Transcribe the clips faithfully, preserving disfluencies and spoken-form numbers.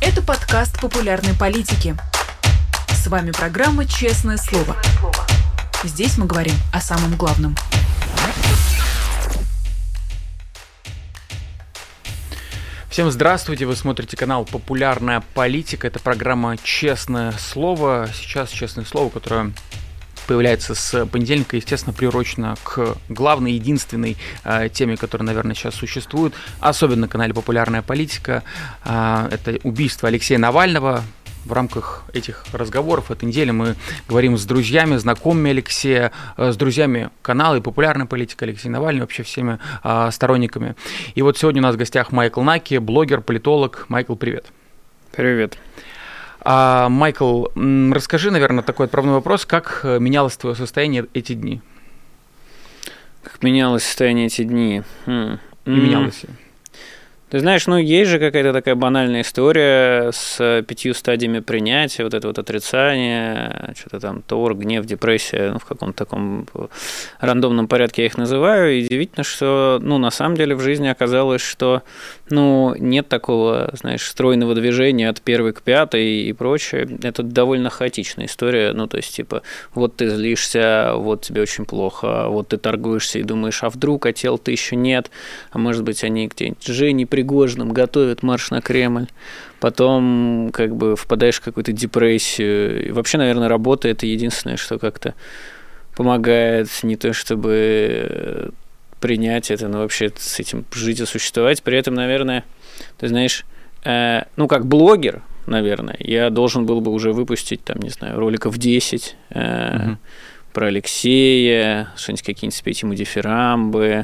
Это подкаст популярной политики. С вами программа «Честное слово». Здесь мы говорим о самом главном. Всем здравствуйте, вы смотрите канал «Популярная политика». Это программа «Честное слово». Сейчас «Честное слово», которое появляется с понедельника, естественно, приурочено к главной, единственной э, теме, которая, наверное, сейчас существует, особенно на канале «Популярная политика». Э, это убийство Алексея Навального. В рамках этих разговоров этой недели мы говорим с друзьями, знакомыми Алексея, с друзьями канала и популярной политики Алексея Навального, вообще всеми а, сторонниками. И вот сегодня у нас в гостях Майкл Наки, блогер, политолог. Майкл, привет. Привет. А, Майкл, расскажи, наверное, такой отправной вопрос. Как менялось твое состояние эти дни? Как менялось состояние эти дни? Хм. И менялось ли? Ты знаешь, ну, есть же какая-то такая банальная история с пятью стадиями принятия, вот это вот отрицание, что-то там, торг, гнев, депрессия, ну, в каком-то таком рандомном порядке я их называю, и удивительно, что, ну, на самом деле в жизни оказалось, что, ну, нет такого, знаешь, стройного движения от первой к пятой и прочее, это довольно хаотичная история, ну, то есть, типа, вот ты злишься, вот тебе очень плохо, вот ты торгуешься и думаешь, а вдруг, а тел-то еще нет, а может быть, они где-нибудь Жени Пригожиным готовят марш на Кремль, потом как бы впадаешь в какую-то депрессию. И вообще, наверное, работа – это единственное, что как-то помогает не то чтобы принять это, но вообще с этим жить и существовать. При этом, наверное, ты знаешь, э, ну, как блогер, наверное, я должен был бы уже выпустить, там, не знаю, роликов десять э, mm-hmm. про Алексея, что-нибудь какие-нибудь спеть ему дифирамбы,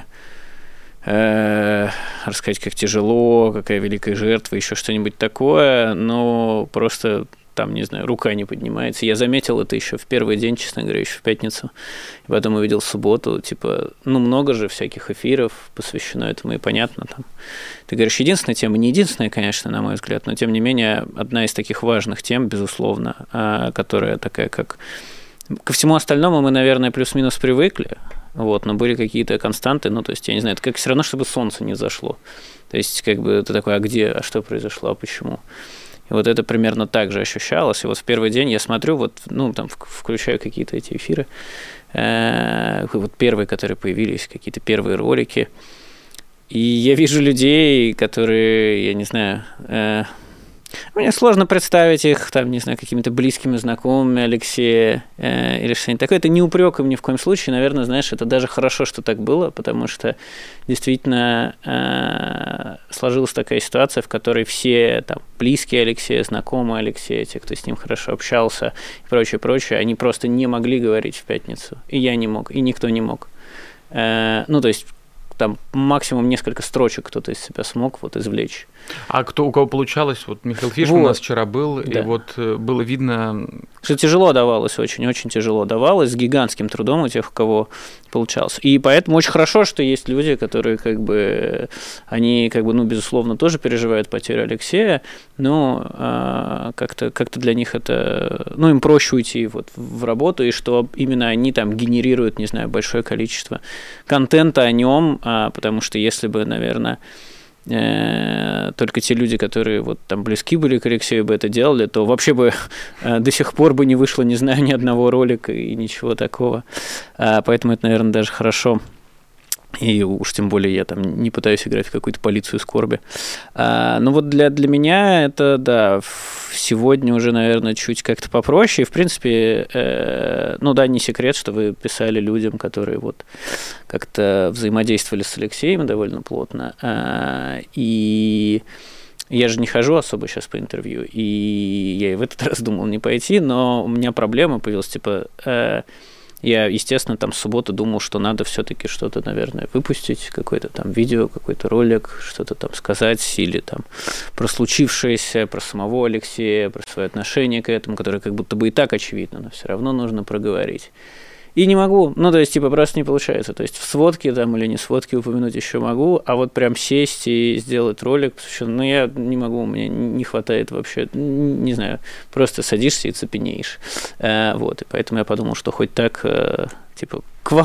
рассказать, как тяжело, какая великая жертва, еще что-нибудь такое, но просто там, не знаю, рука не поднимается. Я заметил это еще в первый день, честно говоря, еще в пятницу, и потом увидел в субботу, типа, ну, много же всяких эфиров посвящено этому, и понятно, там, ты говоришь, единственная тема, не единственная, конечно, на мой взгляд, но, тем не менее, одна из таких важных тем, безусловно, которая такая, как... Ко всему остальному мы, наверное, плюс-минус привыкли, вот, но были какие-то константы, ну, то есть, я не знаю, это как все равно, чтобы солнце не зашло. То есть, как бы, ты такой, а где, а что произошло, а почему? И вот это примерно так же ощущалось. И вот в первый день я смотрю, вот, ну, там, включаю какие-то эти эфиры, вот первые, которые появились, какие-то первые ролики, и я вижу людей, которые, я не знаю... Мне сложно представить их, там, не знаю, какими-то близкими знакомыми Алексея э, или что-нибудь такое. Это не упреком ни в коем случае. Наверное, знаешь, это даже хорошо, что так было, потому что действительно э, сложилась такая ситуация, в которой все там, близкие Алексея, знакомые Алексея, те, кто с ним хорошо общался и прочее, прочее, они просто не могли говорить в пятницу. И я не мог, и никто не мог. Э, ну, то есть, там максимум несколько строчек кто-то из себя смог вот извлечь. А кто, у кого получалось? Вот Михаил Фишман вот. У нас вчера был, да. И вот было видно... Что тяжело давалось, очень-очень тяжело давалось, с гигантским трудом у тех, у кого получалось. И поэтому очень хорошо, что есть люди, которые как бы, они как бы, ну, безусловно, тоже переживают потерю Алексея, но а, как-то, как-то для них это, ну, им проще уйти вот в работу, и что именно они там генерируют, не знаю, большое количество контента о нем, а, потому что если бы, наверное, только те люди, которые вот там близки были к Алексею, бы это делали, то вообще бы до сих пор бы не вышло, не знаю, ни одного ролика и ничего такого. Поэтому это, наверное, даже хорошо. И уж тем более я там не пытаюсь играть в какую-то полицию скорби. А, ну вот для, для меня это, да, сегодня уже, наверное, чуть как-то попроще. И, в принципе, э, ну да, не секрет, что вы писали людям, которые вот как-то взаимодействовали с Алексеем довольно плотно. А, и я же не хожу особо сейчас по интервью. И я и в этот раз думал не пойти, но у меня проблема появилась, типа... Э, Я, естественно, там в субботу думал, что надо все-таки что-то, наверное, выпустить, какое-то там видео, какой-то ролик, что-то там сказать, или там про случившееся, про самого Алексея, про свое отношение к этому, которое как будто бы и так очевидно, но все равно нужно проговорить. И не могу, ну, то есть, типа, просто не получается. То есть, в сводке там или не сводке упомянуть еще могу, а вот прям сесть и сделать ролик, ну, я не могу, у меня не хватает вообще, не знаю, просто садишься и цепенеешь. Вот, и поэтому я подумал, что хоть так, типа, к вам,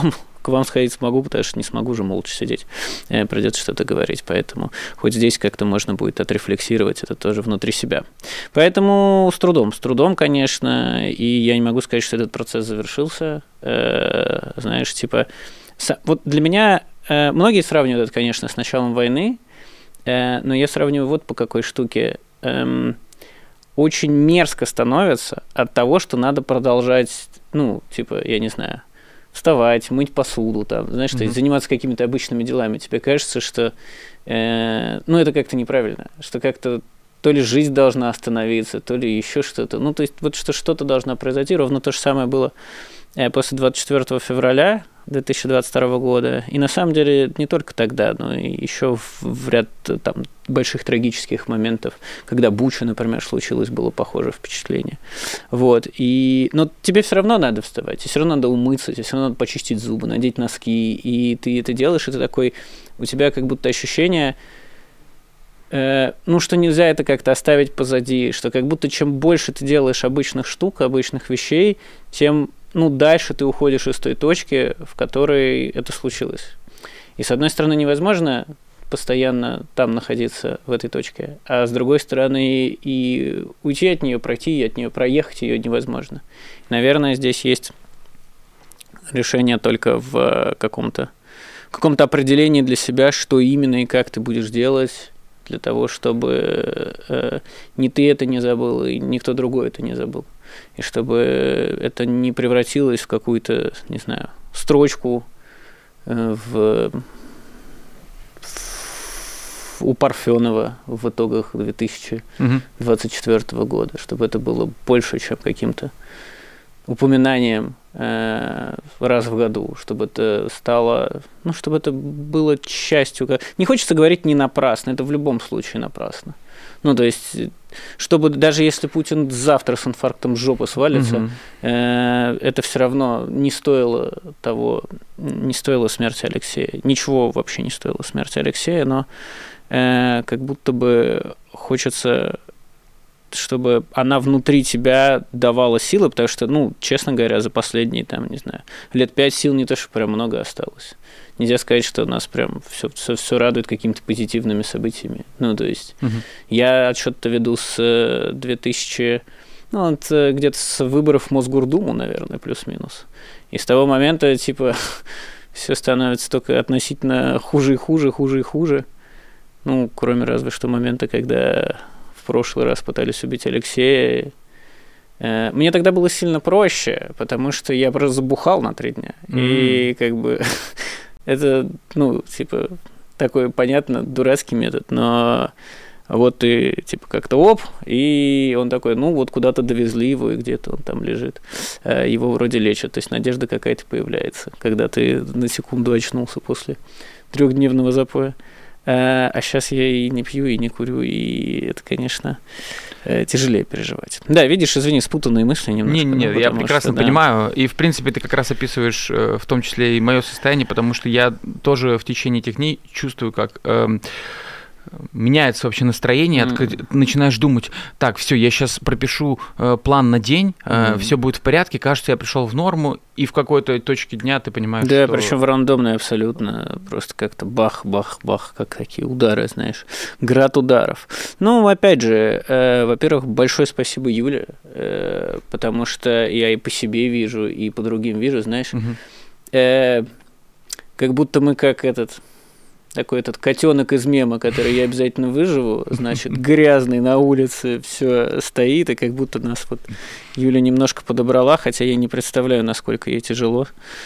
к вам сходить смогу, потому что не смогу же молча сидеть. Придется что-то говорить. Поэтому хоть здесь как-то можно будет отрефлексировать это тоже внутри себя. Поэтому с трудом, с трудом, конечно. И я не могу сказать, что этот процесс завершился. Знаешь, типа... Вот для меня... Многие сравнивают это, конечно, с началом войны, но я сравниваю вот по какой штуке. Очень мерзко становится от того, что надо продолжать, ну, типа, я не знаю, вставать, мыть посуду, там, знаешь, mm-hmm. то есть заниматься какими-то обычными делами. Тебе кажется, что, э, ну, это как-то неправильно, что как-то то ли жизнь должна остановиться, то ли еще что-то. Ну, то есть вот что что-то должно произойти. Ровно то же самое было после двадцать четвёртого февраля две тысячи двадцать второго года. И на самом деле не только тогда, но и еще в, в ряд там, больших трагических моментов, когда Буча, например, случилось, было похожее впечатление. Вот. И... Но тебе все равно надо вставать, тебе все равно надо умыться, тебе все равно надо почистить зубы, надеть носки, и ты это делаешь, и ты такой... У тебя как будто ощущение... Э, ну, что нельзя это как-то оставить позади, что как будто чем больше ты делаешь обычных штук, обычных вещей, тем... ну, дальше ты уходишь из той точки, в которой это случилось. И, с одной стороны, невозможно постоянно там находиться, в этой точке, а с другой стороны, и уйти от нее, пройти и от нее, проехать ее невозможно. Наверное, здесь есть решение только в каком-то, в каком-то определении для себя, что именно и как ты будешь делать, для того, чтобы э, ни ты это не забыл, и никто другой это не забыл. И чтобы это не превратилось в какую-то, не знаю, строчку э, в, в, у Парфенова в итогах две тысячи двадцать четвёртого года, чтобы это было больше, чем каким-то упоминанием э, раз в году, чтобы это стало, ну, чтобы это было частью... Не хочется говорить не напрасно, это в любом случае напрасно. Ну, то есть, чтобы даже если Путин завтра с инфарктом жопы свалится, угу. э, это все равно не стоило того, не стоило смерти Алексея. Ничего вообще не стоило смерти Алексея, но э, как будто бы хочется... чтобы она внутри тебя давала силы, потому что, ну, честно говоря, за последние, там, не знаю, лет пять сил не то, что прям много осталось. Нельзя сказать, что нас прям все, все, все радует какими-то позитивными событиями. Ну, то есть, угу. я отсчет-то веду с две тысячи, ну, вот, где-то с выборов в Мосгордуму, наверное, плюс-минус. И с того момента, типа, все становится только относительно хуже и хуже, хуже и хуже. Ну, кроме разве что момента, когда... в прошлый раз пытались убить Алексея. Мне тогда было сильно проще, потому что я просто забухал на три дня. Mm-hmm. И как бы это, ну, типа, такой, понятно, дурацкий метод, но вот ты, типа, как-то оп, и он такой, ну, вот куда-то довезли его, и где-то он там лежит. Его вроде лечат, то есть надежда какая-то появляется, когда ты на секунду очнулся после трехдневного запоя. А сейчас я и не пью, и не курю, и это, конечно, тяжелее переживать. Да, видишь, извини, спутанные мысли немножко. Не-не-не, я прекрасно что, понимаю, да. И, в принципе, ты как раз описываешь в том числе и мое состояние, потому что я тоже в течение этих дней чувствую, как... Э, меняется вообще настроение, mm-hmm. начинаешь думать, так, все, я сейчас пропишу э, план на день, э, mm-hmm. все будет в порядке, кажется, я пришел в норму, и в какой-то точке дня ты понимаешь, да, что... Да, причем в рандомной абсолютно, просто как-то бах-бах-бах, как такие удары, знаешь, град ударов. Ну, опять же, э, во-первых, большое спасибо Юле, э, потому что я и по себе вижу, и по другим вижу, знаешь, mm-hmm. э, как будто мы как этот... такой этот котенок из мема, который я обязательно выживу, значит, грязный на улице, все стоит, и как будто нас вот Юля немножко подобрала, хотя я не представляю, насколько ей тяжело.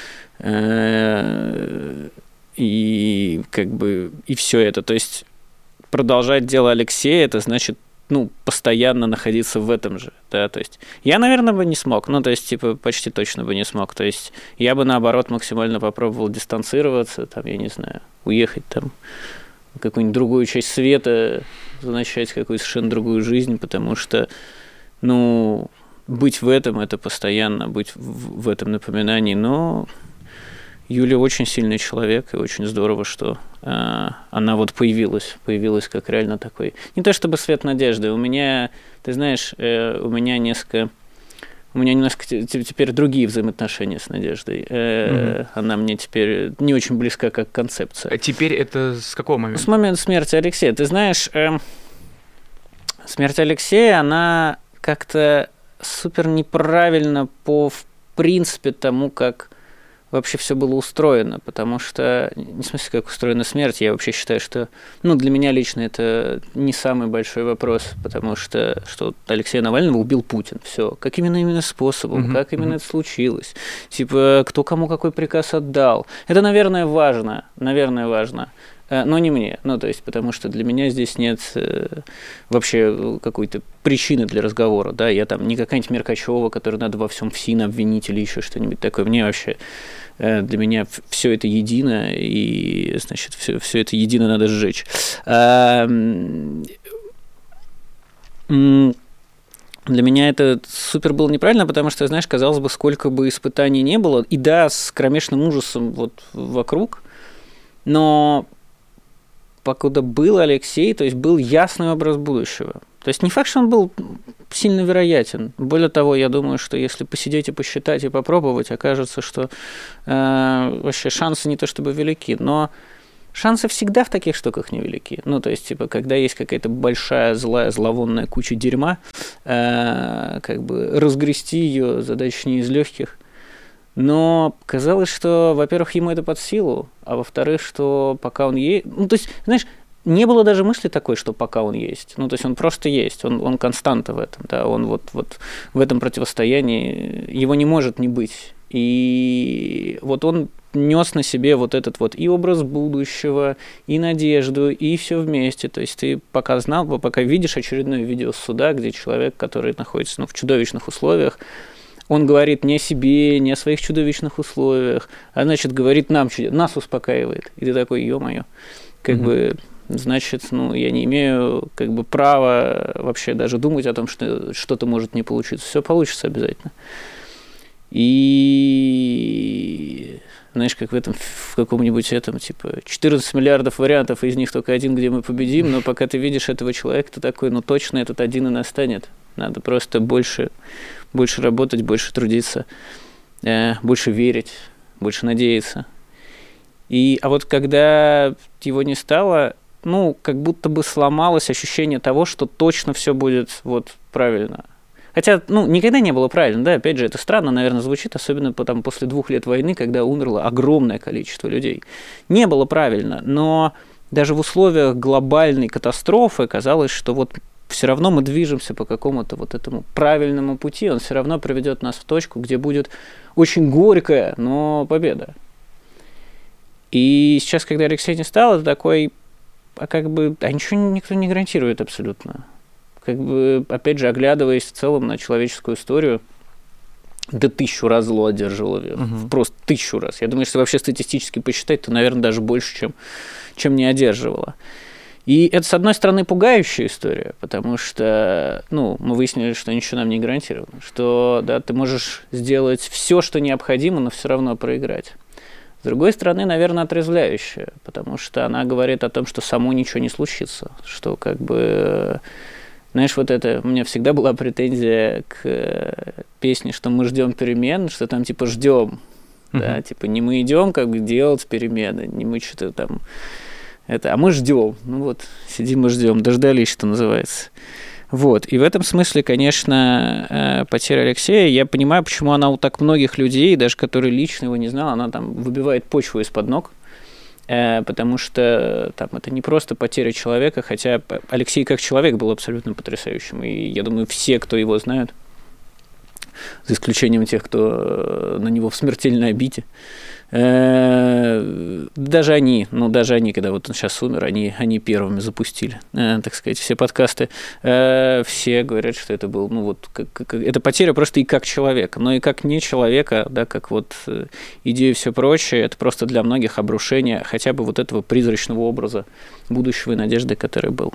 И как бы, и все это. То есть продолжать дело Алексея, это значит, ну, постоянно находиться в этом же, да, то есть я, наверное, бы не смог, ну, то есть, типа, почти точно бы не смог, то есть я бы, наоборот, максимально попробовал дистанцироваться, там, я не знаю, уехать там в какую-нибудь другую часть света, начать какую-то совершенно другую жизнь, потому что, ну, быть в этом, это постоянно быть в, в этом напоминании, но... Юля очень сильный человек, и очень здорово, что э, она вот появилась, появилась как реально такой... Не то чтобы свет надежды, у меня, ты знаешь, э, у меня несколько у меня немножко теперь другие взаимоотношения с Надеждой. Mm-hmm. Она мне теперь не очень близка как концепция. А теперь это с какого момента? С момента смерти Алексея. Ты знаешь, э, смерть Алексея, она как-то супер неправильно по, в принципе, тому, как вообще все было устроено, потому что, не в смысле, как устроена смерть, я вообще считаю, что, ну, для меня лично это не самый большой вопрос, потому что, что Алексея Навального убил Путин, все, как именно именно способом, mm-hmm. как именно mm-hmm. это случилось, типа, кто кому какой приказ отдал, это, наверное, важно, наверное, важно, но не мне, ну, то есть, потому что для меня здесь нет э, вообще какой-то причины для разговора, да, я там не какая-нибудь Меркачева, которую надо во всем ФСИН обвинить или еще что-нибудь такое, мне вообще, э, для меня все это едино, и, значит, все, все это едино надо сжечь. А, м- Для меня это супер было неправильно, потому что, знаешь, казалось бы, сколько бы испытаний не было, и да, с кромешным ужасом вот вокруг, но покуда был Алексей, то есть был ясный образ будущего. То есть не факт, что он был сильно вероятен. Более того, я думаю, что если посидеть и посчитать и попробовать, окажется, что э, вообще шансы не то чтобы велики, но шансы всегда в таких штуках невелики. Ну, то есть, типа, когда есть какая-то большая, злая, зловонная куча дерьма, э, как бы разгрести ее задача не из легких. Но казалось, что, во-первых, ему это под силу, а во-вторых, что пока он есть... Ну, то есть, знаешь, не было даже мысли такой, что пока он есть. Ну, то есть, он просто есть, он, он константа в этом, да, он вот, вот в этом противостоянии, его не может не быть. И вот он нес на себе вот этот вот и образ будущего, и надежду, и все вместе. То есть, ты пока знал, пока видишь очередное видео с суда, где человек, который находится, ну, в чудовищных условиях, он говорит не о себе, не о своих чудовищных условиях, а, значит, говорит нам, нас успокаивает. И ты такой, ё-моё, как mm-hmm. бы, значит, ну, я не имею, как бы, права вообще даже думать о том, что что-то может не получиться. Все получится обязательно. И, знаешь, как в этом, в каком-нибудь этом, типа, четырнадцать миллиардов вариантов, из них только один, где мы победим, но пока ты видишь этого человека, ты такой, ну, точно этот один и настанет. Надо просто больше... больше работать, больше трудиться, э, больше верить, больше надеяться. И, а вот когда его не стало, ну, как будто бы сломалось ощущение того, что точно все будет вот правильно. Хотя, ну, никогда не было правильно, да, опять же, это странно, наверное, звучит, особенно потом, после двух лет войны, когда умерло огромное количество людей. Не было правильно, но даже в условиях глобальной катастрофы казалось, что вот все равно мы движемся по какому-то вот этому правильному пути, он все равно приведет нас в точку, где будет очень горькая, но победа. И сейчас, когда Алексей не стал, это такой, а как бы, а ничего никто не гарантирует абсолютно. Как бы, опять же, оглядываясь в целом на человеческую историю, да тысячу раз зло одерживало верх, угу. просто тысячу раз. Я думаю, если вообще статистически посчитать, то, наверное, даже больше, чем, чем не одерживало. И это, с одной стороны, пугающая история, потому что, ну, мы выяснили, что ничего нам не гарантировано, что, да, ты можешь сделать все, что необходимо, но все равно проиграть. С другой стороны, наверное, отрезвляющая, потому что она говорит о том, что само ничего не случится, что, как бы, знаешь, вот это, у меня всегда была претензия к песне, что мы ждем перемен, что там, типа, ждем, uh-huh. да, типа, не мы идем, как бы, делать перемены, не мы что-то там... Это, а мы ждем. Ну вот, сидим и ждем, дождались, что называется. Вот. И в этом смысле, конечно, потеря Алексея, я понимаю, почему она у так многих людей, даже которые лично его не знал, она там выбивает почву из-под ног, потому что там это не просто потеря человека, хотя Алексей как человек был абсолютно потрясающим. И я думаю, все, кто его знают, за исключением тех, кто на него в смертельной обиде, даже они, ну даже они, когда вот он сейчас умер, они, они первыми запустили, так сказать, все подкасты, все говорят, что это был, ну вот, как, как, это потеря просто и как человека, но и как не человека, да, как вот идея и все прочее, это просто для многих обрушение хотя бы вот этого призрачного образа будущего и надежды, который был.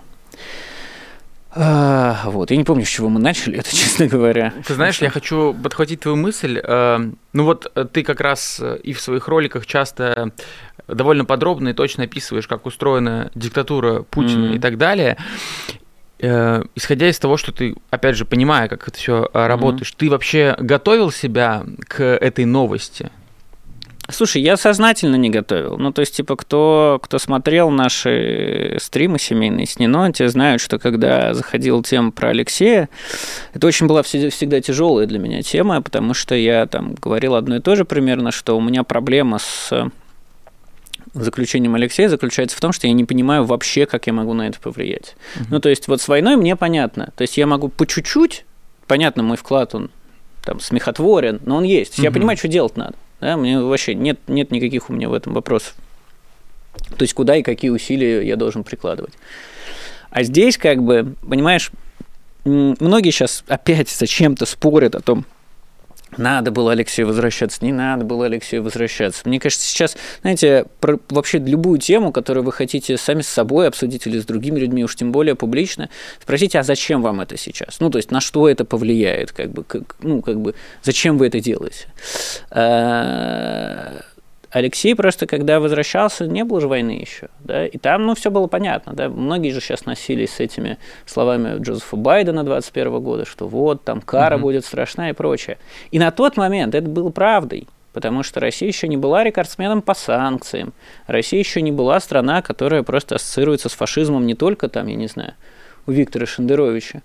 А, вот, я не помню, с чего мы начали, это, честно говоря. Ты знаешь, я хочу подхватить твою мысль. Ну вот ты как раз и в своих роликах часто довольно подробно и точно описываешь, как устроена диктатура Путина mm-hmm. и так далее. э, исходя из того, что ты, опять же, понимая, как это все работаешь, mm-hmm. ты вообще готовил себя к этой новости? Слушай, я сознательно не готовил. Ну, то есть, типа, кто, кто смотрел наши стримы семейные с Нино, те знают, что когда заходила тема про Алексея, это очень была всегда тяжелая для меня тема, потому что я там говорил одно и то же примерно, что у меня проблема с заключением Алексея заключается в том, что я не понимаю вообще, как я могу на это повлиять. Uh-huh. Ну, то есть, вот с войной мне понятно. То есть, я могу по чуть-чуть, понятно, мой вклад, он там смехотворен, но он есть. Uh-huh. Я понимаю, что делать надо. Да, мне вообще нет, нет никаких у меня в этом вопросов. То есть, куда и какие усилия я должен прикладывать. А здесь, как бы, понимаешь, многие сейчас опять зачем-то спорят о том, надо было Алексею возвращаться, не надо было Алексею возвращаться. Мне кажется, сейчас, знаете, про вообще любую тему, которую вы хотите сами с собой обсудить или с другими людьми, уж тем более публично, спросите, а зачем вам это сейчас? Ну, то есть, на что это повлияет, как бы, как, ну, как бы, зачем вы это делаете? Алексей просто, когда возвращался, не было же войны еще, да, и там, ну, все было понятно, да, многие же сейчас носились с этими словами Джозефа Байдена двадцать первого года, что вот, там, кара mm-hmm. будет страшна и прочее. И на тот момент это было правдой, потому что Россия еще не была рекордсменом по санкциям, Россия еще не была страна, которая просто ассоциируется с фашизмом не только там, я не знаю, у Виктора Шендеровича,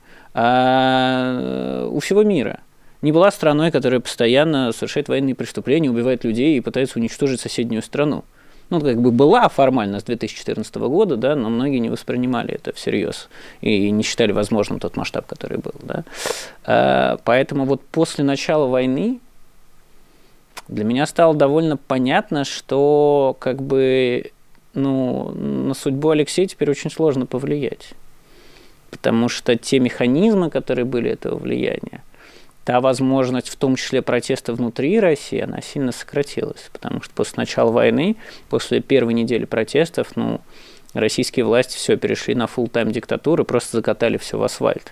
а у всего мира. Не была страной, которая постоянно совершает военные преступления, убивает людей и пытается уничтожить соседнюю страну. Ну, как бы была формально с две тысячи четырнадцатого года, да, но многие не воспринимали это всерьез и не считали возможным тот масштаб, который был. Да. А, поэтому вот после начала войны для меня стало довольно понятно, что как бы, ну, на судьбу Алексея теперь очень сложно повлиять. Потому что те механизмы, которые были этого влияния, та возможность, в том числе протеста внутри России, она сильно сократилась, потому что после начала войны, после первой недели протестов, ну, российские власти все перешли на фулл-тайм диктатуру, просто закатали все в асфальт.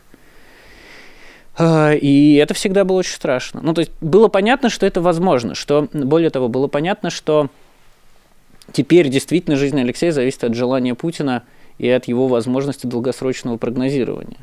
И это всегда было очень страшно. Ну, то есть было понятно, что это возможно, что, более того, было понятно, что теперь действительно жизнь Алексея зависит от желания Путина и от его возможности долгосрочного прогнозирования.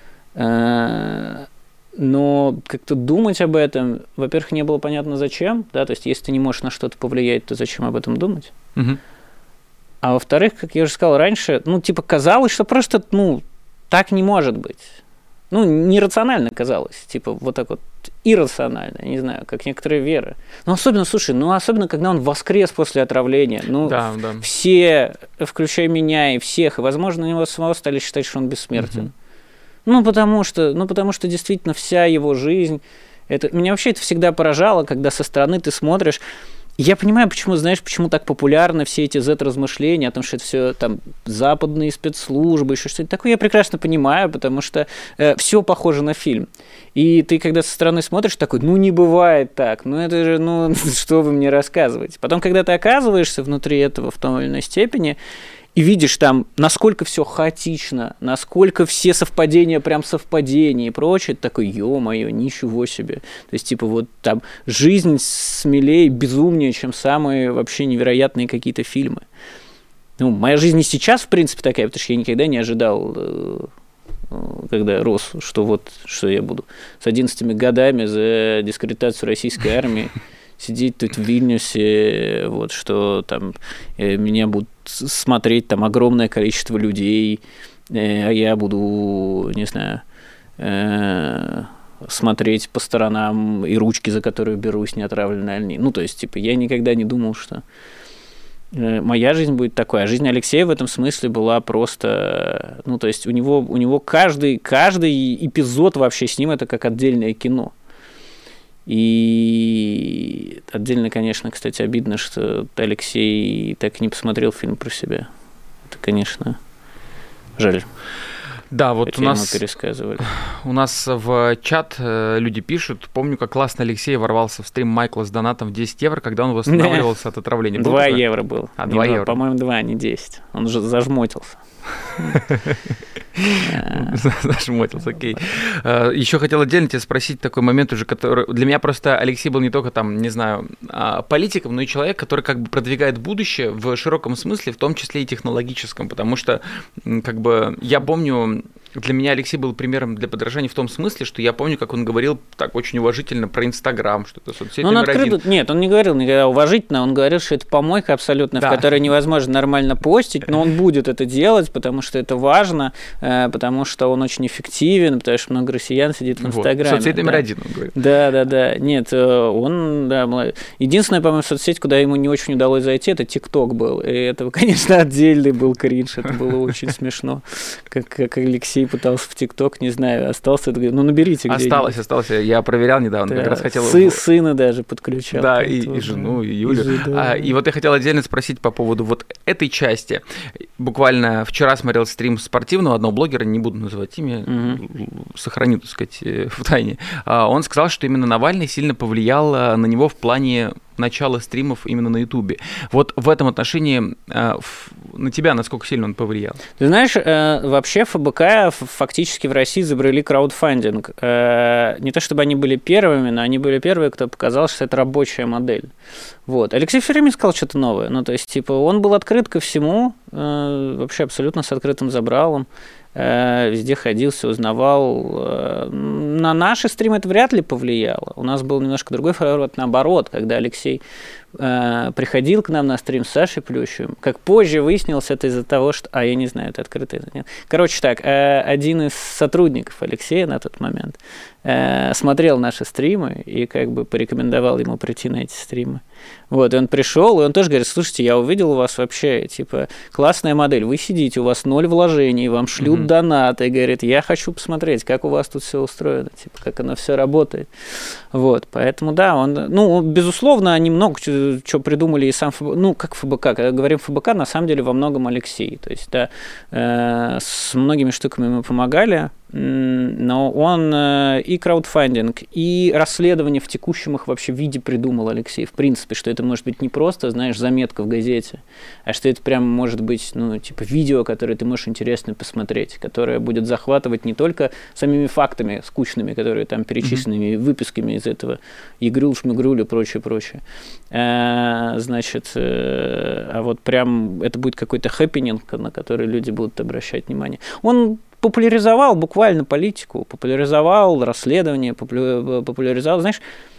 Но как-то думать об этом, во-первых, не было понятно зачем, да, то есть если ты не можешь на что-то повлиять, то зачем об этом думать? Угу. А во-вторых, как я уже сказал раньше, ну, типа, казалось, что просто, ну, так не может быть. Ну, нерационально казалось, типа, вот так вот, иррационально, я не знаю, как некоторые веры. Ну, особенно, слушай, ну, особенно, когда он воскрес после отравления, ну, да, да. Все, включая меня и всех, и, возможно, него самого стали считать, что он бессмертен. Угу. Ну, потому что, ну, потому что действительно вся его жизнь, это, меня вообще это всегда поражало, когда со стороны ты смотришь. Я понимаю, почему, знаешь, почему так популярны все эти зет-размышления о том, что это все там западные спецслужбы, еще что-то такое. Я прекрасно понимаю, потому что э, все похоже на фильм. И ты, когда со стороны смотришь, такой, ну, не бывает так, ну, это же, ну, что вы мне рассказываете. Потом, когда ты оказываешься внутри этого в той или иной степени, и видишь там, насколько все хаотично, насколько все совпадения прям совпадения и прочее, ты такой, ё-моё, ничего себе. То есть, типа, вот там жизнь смелее, безумнее, чем самые вообще невероятные какие-то фильмы. Ну, моя жизнь и сейчас, в принципе, такая, потому что я никогда не ожидал, когда рос, что вот, что я буду с одиннадцатью годами за дискредитацию российской армии сидеть тут в Вильнюсе, вот, что там меня будут смотреть там огромное количество людей, а я буду, не знаю, смотреть по сторонам и ручки, за которые берусь, не отравлены ли. Ну, то есть, типа, я никогда не думал, что моя жизнь будет такой. А жизнь Алексея в этом смысле была просто... Ну, то есть, у него, у него каждый, каждый эпизод вообще с ним это как отдельное кино. И отдельно, конечно, кстати, обидно, что Алексей так и не посмотрел фильм про себя. Это, конечно, жаль. Да, вот Хотя у нас, пересказывали. У нас в чат люди пишут, помню, как классно Алексей ворвался в стрим Майкла с донатом в десять евро, когда он восстанавливался от отравления. два евро был. А, два евро. По-моему, два, не десять. Он же зажмотился. Зажмотился, окей. Еще хотел отдельно тебя спросить такой момент уже, который... Для меня просто Алексей был не только там, не знаю, политиком, но и человек, который как бы продвигает будущее в широком смысле, в том числе и технологическом, потому что как бы я помню для меня Алексей был примером для подражания в том смысле, что я помню, как он говорил так очень уважительно про Инстаграм, что это соцсеть он номер открыто... один. Нет, он не говорил никогда уважительно, он говорил, что это помойка абсолютно, да. в которой невозможно нормально постить, но он будет это делать, потому что это важно, потому что он очень эффективен, потому что много россиян сидит в Инстаграме. Вот, соцсеть номер да. один, он говорит. Да, да, да. Нет, он, да, единственная, по-моему, соцсеть, куда ему не очень удалось зайти, это ТикТок был. И это, конечно, отдельный был кринж, это было очень смешно, как, как Алексей пытался в ТикТок, не знаю, остался, ну, наберите где-нибудь. Осталось, осталось, я проверял недавно, да. как раз хотел... Сы- сына даже подключал. Да, и, и жену, и Юлю. И, да. а, и вот я хотел отдельно спросить по поводу вот этой части. Буквально вчера смотрел стрим спортивного одного блогера, не буду называть имя, угу. сохраню, так сказать, в тайне. Он сказал, что именно Навальный сильно повлиял на него в плане начала стримов именно на Ютубе. Вот в этом отношении на тебя насколько сильно он повлиял? Ты знаешь, вообще ФБК фактически в России изобрели краудфандинг. Не то чтобы они были первыми, но они были первые, кто показал, что это рабочая модель. Вот. Алексей все время сказал что-то новое. Ну, то есть, типа, он был открыт ко всему, вообще абсолютно с открытым забралом. Везде ходил, все узнавал. На наши стримы это вряд ли повлияло. У нас был немножко другой формат, наоборот, когда Алексей приходил к нам на стрим с Сашей Плющевым. Как позже выяснилось, это из-за того, что... А, я не знаю, это открыто или нет. Короче так, один из сотрудников Алексея на тот момент смотрел наши стримы и как бы порекомендовал ему прийти на эти стримы. Вот, и он пришел, и он тоже говорит, слушайте, я увидел у вас вообще, типа, классная модель, вы сидите, у вас ноль вложений, вам шлют mm-hmm. донаты, и говорит, я хочу посмотреть, как у вас тут все устроено, типа, как оно все работает. Вот, поэтому, да, он, ну, безусловно, они много чего придумали и сам ФБК, ну, как ФБК, когда говорим ФБК, на самом деле во многом Алексей, то есть, да, э, с многими штуками мы помогали, но он и краудфандинг, и расследование в текущем их вообще виде придумал Алексей, в принципе, что это может быть не просто, знаешь, заметка в газете, а что это прям может быть, ну, типа видео, которое ты можешь интересно посмотреть, которое будет захватывать не только самими фактами скучными, которые там перечисленными, mm-hmm. выписками из этого игруль, шмигруль и прочее, прочее. А, значит, а вот прям это будет какой-то хэппининг, на который люди будут обращать внимание. Он популяризовал буквально политику, популяризовал расследование, популяризовал, знаешь,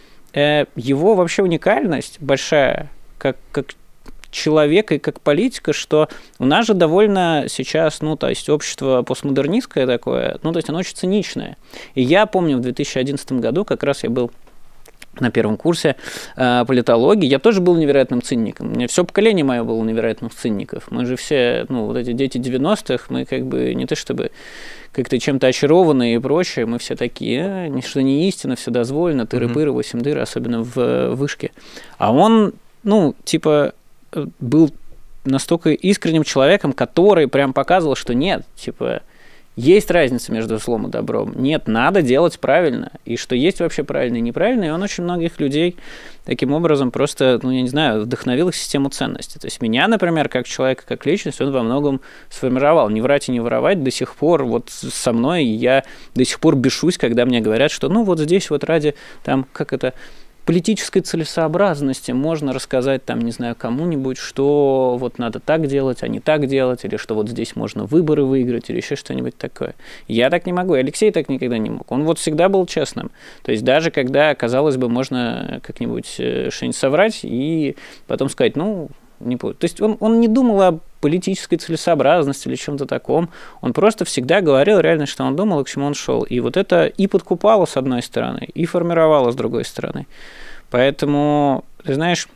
его вообще уникальность большая, как, как человека и как политика, что у нас же довольно сейчас, ну, то есть общество постмодернистское такое, ну, то есть оно очень циничное. И я помню, в две тысячи одиннадцатом году как раз я был на первом курсе э, политологии, я тоже был невероятным циником. У меня все поколение мое было невероятных циников. Мы же все, ну, вот эти дети девяностых, мы как бы не то чтобы как-то чем-то очарованы и прочее, мы все такие, э, ничто не истина, все дозволено, тыры-пыры, восемь дыр, особенно в вышке. А он, ну, типа, был настолько искренним человеком, который прям показывал, что нет, типа, есть разница между злом и добром. Нет, надо делать правильно. И что есть вообще правильно и неправильно. И он очень многих людей таким образом просто, ну, я не знаю, вдохновил их систему ценностей. То есть меня, например, как человека, как личность, он во многом сформировал. Не врать и не воровать до сих пор вот со мной. Я до сих пор бешусь, когда мне говорят, что ну вот здесь вот ради там, как это... политической целесообразности можно рассказать, там, не знаю, кому-нибудь, что вот надо так делать, а не так делать, или что вот здесь можно выборы выиграть, или еще что-нибудь такое. Я так не могу, Алексей так никогда не мог. Он вот всегда был честным. То есть даже когда, казалось бы, можно как-нибудь что-нибудь соврать и потом сказать, ну, не помню. То есть он, он не думал о политической целесообразности или чем-то таком. Он просто всегда говорил реально, что он думал и к чему он шел. И вот это и подкупало с одной стороны, и формировало с другой стороны. Поэтому, ты знаешь,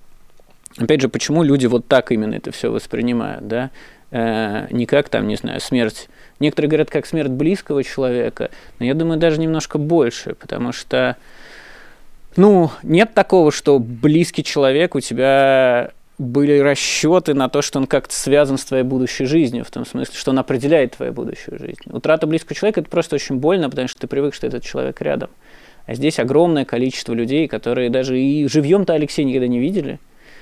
опять же, почему люди вот так именно это все воспринимают, да? Э, не как там, не знаю, смерть. Некоторые говорят, как смерть близкого человека, но я думаю, даже немножко больше, потому что, ну, нет такого, что близкий человек у тебя... были расчеты на то, что он как-то связан с твоей будущей жизнью, в том смысле, что он определяет твою будущую жизнь. Утрата близкого человека – это просто очень больно, потому что ты привык, что этот человек рядом. А здесь огромное количество людей, которые даже и живьем-то Алексея никогда не видели,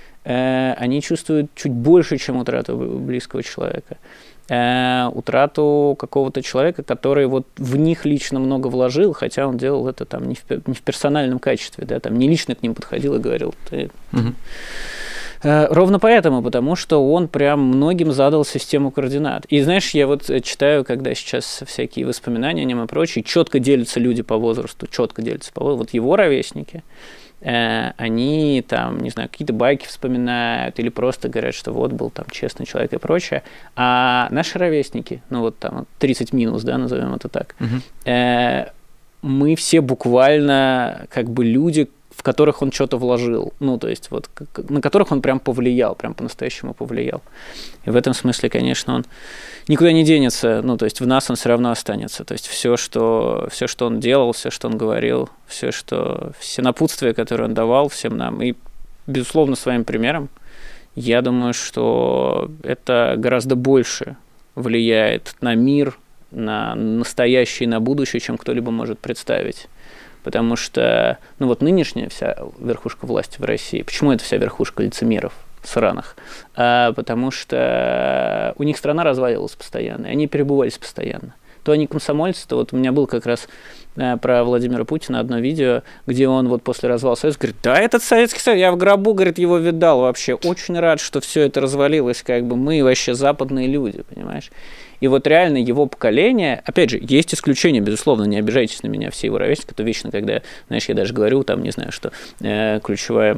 э, они чувствуют чуть больше, чем утрату близкого человека. Э, утрату какого-то человека, который вот в них лично много вложил, хотя он делал это там не в, не в персональном качестве, да, там не лично к ним подходил и говорил, ты... Угу. Ровно поэтому, потому что он прям многим задал систему координат. И знаешь, я вот читаю, когда сейчас всякие воспоминания о нем и прочее, четко делятся люди по возрасту, четко делятся по возрасту. Вот его ровесники, э, они там, не знаю, какие-то байки вспоминают или просто говорят, что вот был там честный человек и прочее. А наши ровесники, ну вот там тридцать минус, да, назовем это так, угу. э, мы все буквально как бы люди, в которых он что-то вложил, ну, то есть вот на которых он прям повлиял, прям по-настоящему повлиял. И в этом смысле, конечно, он никуда не денется, ну, то есть в нас он все равно останется. То есть все, что, все, что он делал, все, что он говорил, все, что, все напутствия, которые он давал всем нам, и, безусловно, своим примером, я думаю, что это гораздо больше влияет на мир, на настоящее и на будущее, чем кто-либо может представить. Потому что, ну вот нынешняя вся верхушка власти в России, почему это вся верхушка лицемеров сраных? А, потому что у них страна разваливалась постоянно, и они перебывались постоянно. То они комсомольцы, то вот у меня был как раз а, про Владимира Путина одно видео, где он вот после развала Союза говорит, да, этот Советский Союз, я в гробу, говорит, его видал вообще, очень рад, что все это развалилось, как бы мы вообще западные люди, понимаешь? И вот реально его поколение, опять же, есть исключения, безусловно, не обижайтесь на меня, все его ровесники, то вечно, когда, знаешь, я даже говорю, там, не знаю, что э, ключевая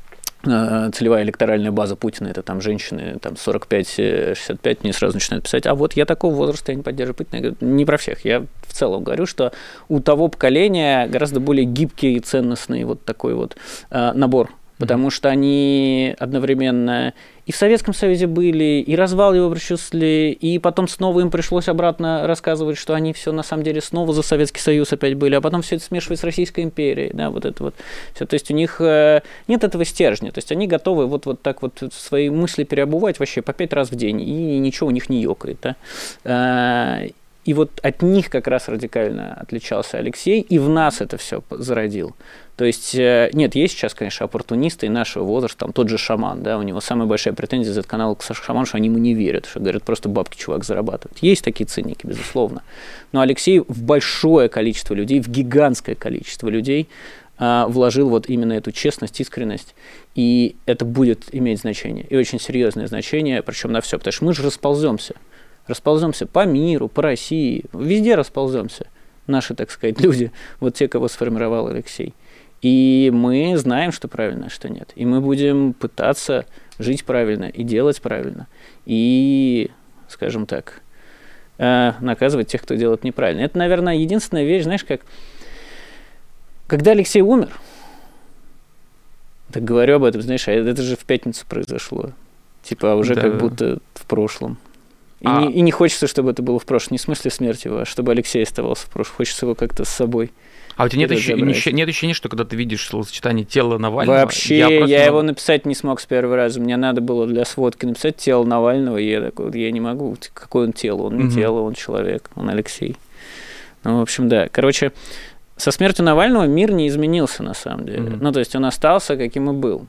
э, целевая электоральная база Путина, это там женщины, там, сорок пять шестьдесят пять, мне сразу начинают писать, а вот я такого возраста, я не поддерживаю Путина. Я говорю, не про всех, я в целом говорю, что у того поколения гораздо более гибкий и ценностный вот такой вот э, набор. Потому что они одновременно и в Советском Союзе были, и развал его прочувствовали, и потом снова им пришлось обратно рассказывать, что они все на самом деле снова за Советский Союз опять были, а потом все это смешивать с Российской империей, да, вот это вот все. То есть у них нет этого стержня, то есть они готовы вот, вот так вот свои мысли переобувать вообще по пять раз в день, и ничего у них не ёкает, да. И вот от них как раз радикально отличался Алексей, и в нас это все зародил. То есть, нет, есть сейчас, конечно, оппортунисты и нашего возраста, там тот же Шаман, да, у него самая большая претензия за этот канал к Шаману, что они ему не верят, что говорят, просто бабки, чувак, зарабатывать. Есть такие циники, безусловно. Но Алексей в большое количество людей, в гигантское количество людей а, вложил вот именно эту честность, искренность, и это будет иметь значение, и очень серьезное значение, причем на все, потому что мы же располземся. Располземся по миру, по России, везде располземся. Наши, так сказать, люди, вот те, кого сформировал Алексей. И мы знаем, что правильно, а что нет. И мы будем пытаться жить правильно и делать правильно. И, скажем так, наказывать тех, кто делает неправильно. Это, наверное, единственная вещь, знаешь, как... Когда Алексей умер, так говорю об этом, знаешь, а это же в пятницу произошло. Типа, уже да. Как будто в прошлом. И, а... не, и не хочется, чтобы это было в прошлом. Не в смысле смерти его, а чтобы Алексей оставался в прошлом. Хочется его как-то с собой. А у тебя нет, еще, нет ощущения, что когда ты видишь словосочетание «тело Навального»? Вообще, я, просто... я его написать не смог с первого раза. Мне надо было для сводки написать «тело Навального», и я такой, я не могу. Какое он тело? Он не угу. тело, он человек, он Алексей. Ну, в общем, да. Короче, со смертью Навального мир не изменился, на самом деле. Угу. Ну, то есть он остался, каким и был.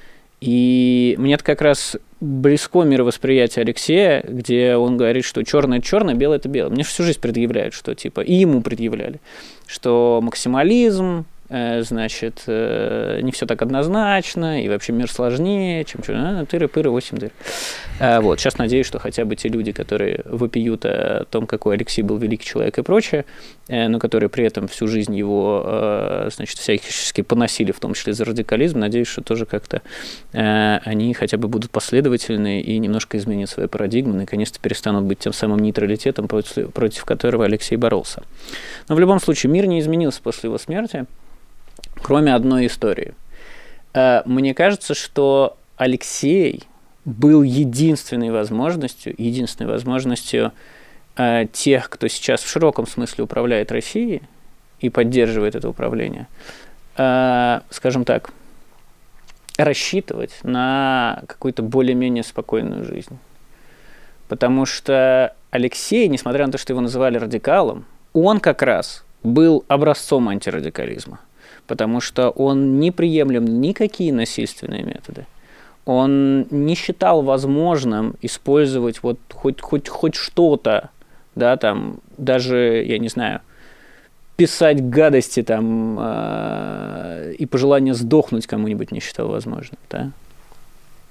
И мне-то как раз близко мировосприятие Алексея, где он говорит, что черное – это черное, белое – это белое. Мне всю жизнь предъявляют, что типа, и ему предъявляли, что максимализм, э, значит, э, не все так однозначно, и вообще мир сложнее, чем что-то, тыры-пыры, восемь дыр. А, вот, сейчас надеюсь, что хотя бы те люди, которые вопиют о том, какой Алексей был великий человек и прочее, э, но которые при этом всю жизнь его, э, значит, всячески поносили, в том числе за радикализм, надеюсь, что тоже как-то э, они хотя бы будут последовательны и немножко изменят свои парадигмы, наконец-то перестанут быть тем самым нейтралитетом, против, против которого Алексей боролся. Но в любом случае мир не изменился после его смерти, кроме одной истории. Э, мне кажется, что Алексей был единственной возможностью, единственной возможностью э, тех, кто сейчас в широком смысле управляет Россией и поддерживает это управление, э, скажем так, рассчитывать на какую-то более-менее спокойную жизнь. Потому что Алексей, несмотря на то, что его называли радикалом, он как раз был образцом антирадикализма, потому что он не приемлем никакие насильственные методы. Он не считал возможным использовать вот хоть, хоть, хоть что-то, да, там, даже, я не знаю, писать гадости там э, и пожелание сдохнуть кому-нибудь не считал возможным, да.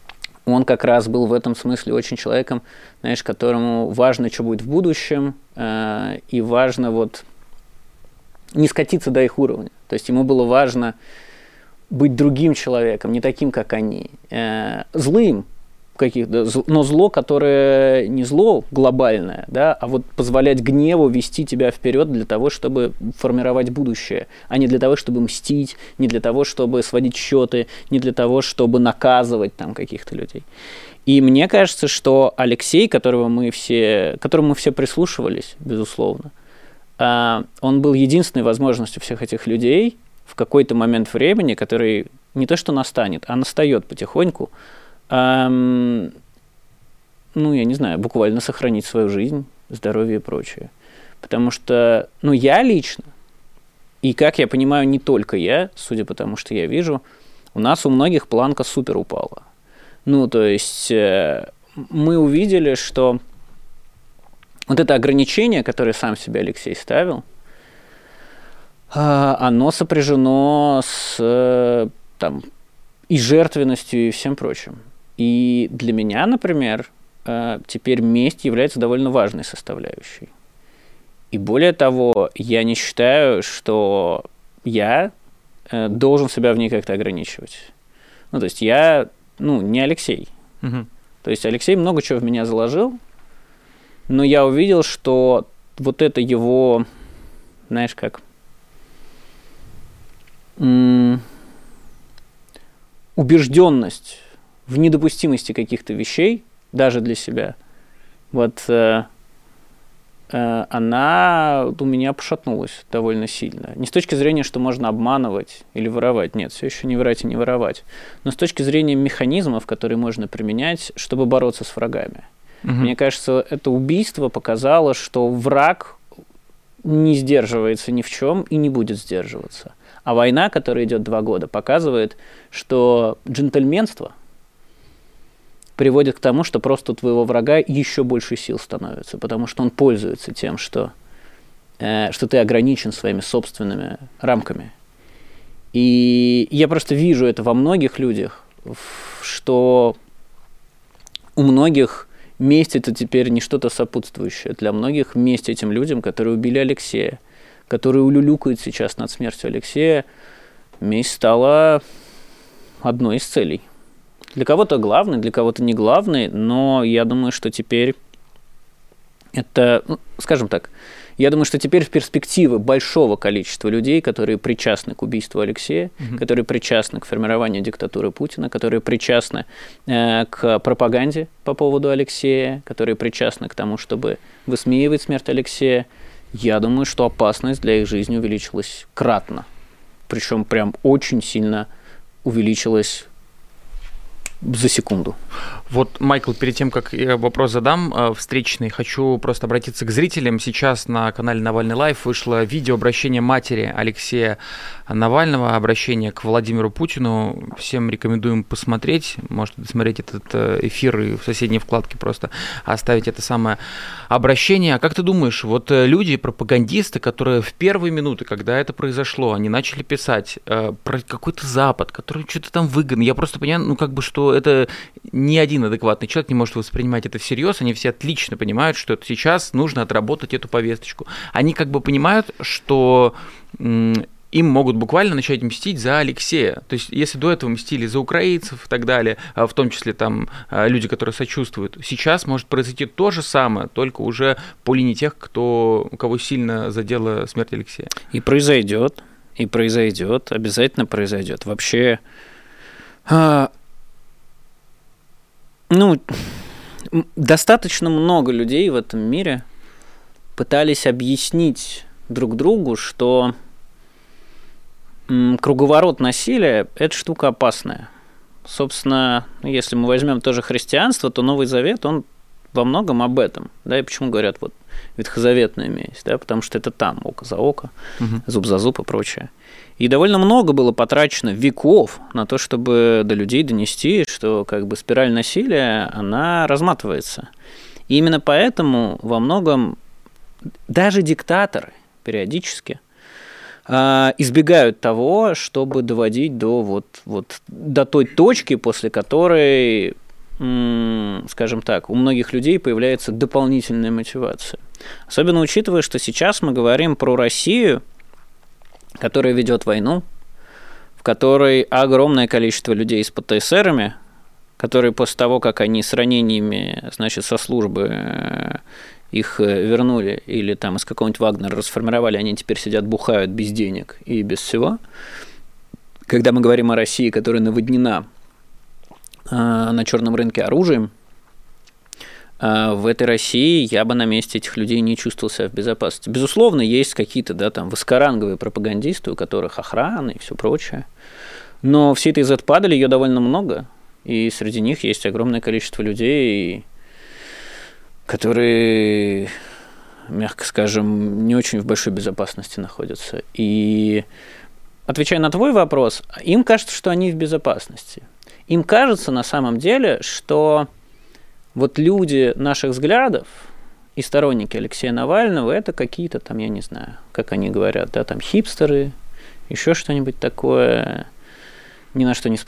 он как раз был в этом смысле очень человеком, знаешь, которому важно, что будет в будущем, э, и важно вот не скатиться до их уровня. То есть ему было важно быть другим человеком, не таким, как они, э, злым, каких-то, но зло, которое не зло глобальное, да, а вот позволять гневу вести тебя вперед для того, чтобы формировать будущее, а не для того, чтобы мстить, не для того, чтобы сводить счеты, не для того, чтобы наказывать там каких-то людей. И мне кажется, что Алексей, которого мы все, к которому мы все прислушивались, безусловно, он был единственной возможностью всех этих людей в какой-то момент времени, который не то что настанет, а настает потихоньку, эм, ну, я не знаю, буквально сохранить свою жизнь, здоровье и прочее. Потому что, ну, я лично, и, как я понимаю, не только я, судя по тому, что я вижу, у нас у многих планка супер упала. Ну, то есть э, мы увидели, что вот это ограничение, которое сам себе Алексей ставил, оно сопряжено с там, и жертвенностью, и всем прочим. И для меня, например, теперь месть является довольно важной составляющей. И более того, я не считаю, что я должен себя в ней как-то ограничивать. Ну, то есть я, ну, не Алексей. Угу. То есть Алексей много чего в меня заложил, но я увидел, что вот это его, знаешь как, м- убежденность в недопустимости каких-то вещей, даже для себя, вот э, э, она у меня пошатнулась довольно сильно. Не с точки зрения, что можно обманывать или воровать, нет, все еще не врать и не воровать, но с точки зрения механизмов, которые можно применять, чтобы бороться с врагами. Угу. Мне кажется, это убийство показало, что враг не сдерживается ни в чем и не будет сдерживаться. А война, которая идет два года, показывает, что джентльменство приводит к тому, что просто у твоего врага еще больше сил становится, потому что он пользуется тем, что, э, что ты ограничен своими собственными рамками. И я просто вижу это во многих людях, что у многих месть – это теперь не что-то сопутствующее. Для многих месть этим людям, которые убили Алексея, которые улюлюкают сейчас над смертью Алексея, месть стала одной из целей. Для кого-то главной, для кого-то не главной, но я думаю, что теперь это, ну, скажем так, я думаю, что теперь в перспективе большого количества людей, которые причастны к убийству Алексея, угу. которые причастны к формированию диктатуры Путина, которые причастны э, к пропаганде по поводу Алексея, которые причастны к тому, чтобы высмеивать смерть Алексея, я думаю, что опасность для их жизни увеличилась кратно. Причем прям очень сильно увеличилась за секунду. Вот, Майкл, перед тем, как я вопрос задам встречный, хочу просто обратиться к зрителям. Сейчас на канале Навальный Лайв вышло видео обращения матери Алексея Навального, обращение к Владимиру Путину. Всем рекомендуем посмотреть. Можете досмотреть этот эфир и в соседней вкладке просто оставить это самое обращение. А как ты думаешь, вот люди, пропагандисты, которые в первые минуты, когда это произошло, они начали писать э, про какой-то Запад, который что-то там выгодно. Я просто понимаю, ну как бы, что это ни один адекватный человек не может воспринимать это всерьез, они все отлично понимают, что это сейчас нужно отработать эту повесточку. Они как бы понимают, что м- им могут буквально начать мстить за Алексея. То есть, если до этого мстили за украинцев и так далее, в том числе там люди, которые сочувствуют, сейчас может произойти то же самое, только уже по линии тех, кто, у кого сильно задела смерть Алексея. И произойдет, и произойдет, обязательно произойдет. Вообще... А... Ну, достаточно много людей в этом мире пытались объяснить друг другу, что круговорот насилия – это штука опасная. Собственно, если мы возьмем тоже христианство, то Новый Завет, он во многом об этом. Да, и почему говорят вот ветхозаветная месть, да, потому что это там око за око, угу. зуб за зуб и прочее. И довольно много было потрачено веков на то, чтобы до людей донести, что как бы спираль насилия, она разматывается. И именно поэтому во многом даже диктаторы периодически э, избегают того, чтобы доводить до, вот, вот, до той точки, после которой скажем так, у многих людей появляется дополнительная мотивация. Особенно учитывая, что сейчас мы говорим про Россию, которая ведет войну, в которой огромное количество людей с ПТСРами, которые после того, как они с ранениями, значит, со службы их вернули или там из какого-нибудь Вагнера расформировали, они теперь сидят, бухают без денег и без всего. Когда мы говорим о России, которая наводнена на черном рынке оружием, в этой России я бы на месте этих людей не чувствовал себя в безопасности. Безусловно, есть какие-то, да, там высокоранговые пропагандисты, у которых охрана и все прочее, но всей этой Z-падали ее довольно много, и среди них есть огромное количество людей, которые, мягко скажем, не очень в большой безопасности находятся. И отвечая на твой вопрос, им кажется, что они в безопасности. Им кажется на самом деле, что вот люди наших взглядов и сторонники Алексея Навального – это какие-то там, я не знаю, как они говорят, да, там хипстеры, еще что-нибудь такое, ни на что не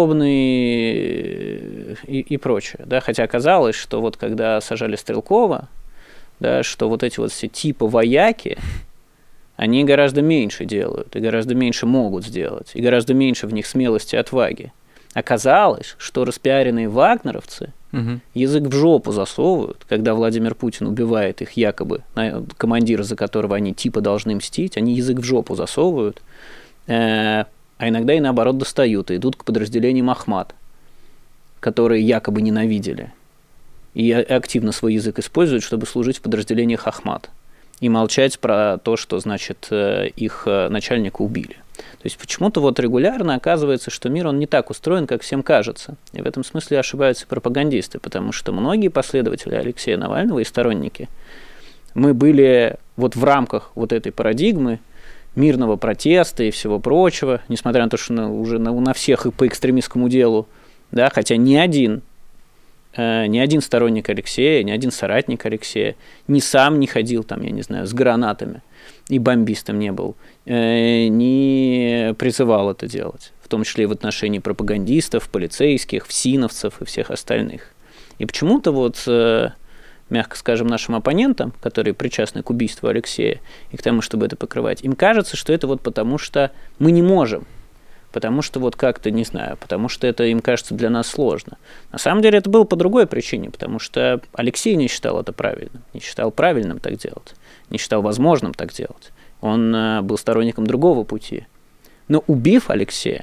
способные и, и прочее. Да? Хотя оказалось, что вот когда сажали Стрелкова, да, что вот эти вот все типа вояки, они гораздо меньше делают и гораздо меньше могут сделать, и гораздо меньше в них смелости и отваги. Оказалось, что распиаренные вагнеровцы угу. язык в жопу засовывают, когда Владимир Путин убивает их якобы, командира, за которого они типа должны мстить, они язык в жопу засовывают, э, а иногда и наоборот достают, и идут к подразделениям Ахмат, которые якобы ненавидели, и активно свой язык используют, чтобы служить в подразделениях Ахмат, и молчать про то, что, значит, их начальника убили. То есть почему-то вот регулярно оказывается, что мир, он не так устроен, как всем кажется. И в этом смысле ошибаются пропагандисты, потому что многие последователи Алексея Навального и сторонники, мы были вот в рамках вот этой парадигмы мирного протеста и всего прочего, несмотря на то, что на, уже на, на всех и по экстремистскому делу, да, хотя ни один, э, ни один сторонник Алексея, ни один соратник Алексея ни сам не ходил там, я не знаю, с гранатами, и бомбистом не был, э, не призывал это делать, в том числе и в отношении пропагандистов, полицейских, всиновцев и всех остальных. И почему-то вот, э, мягко скажем, нашим оппонентам, которые причастны к убийству Алексея и к тому, чтобы это покрывать, им кажется, что это вот потому, что мы не можем, потому что вот как-то, не знаю, потому что это им кажется для нас сложно. На самом деле это было по другой причине, потому что Алексей не считал это правильным, не считал правильным так делать, не считал возможным так делать. Он э, был сторонником другого пути. Но убив Алексея,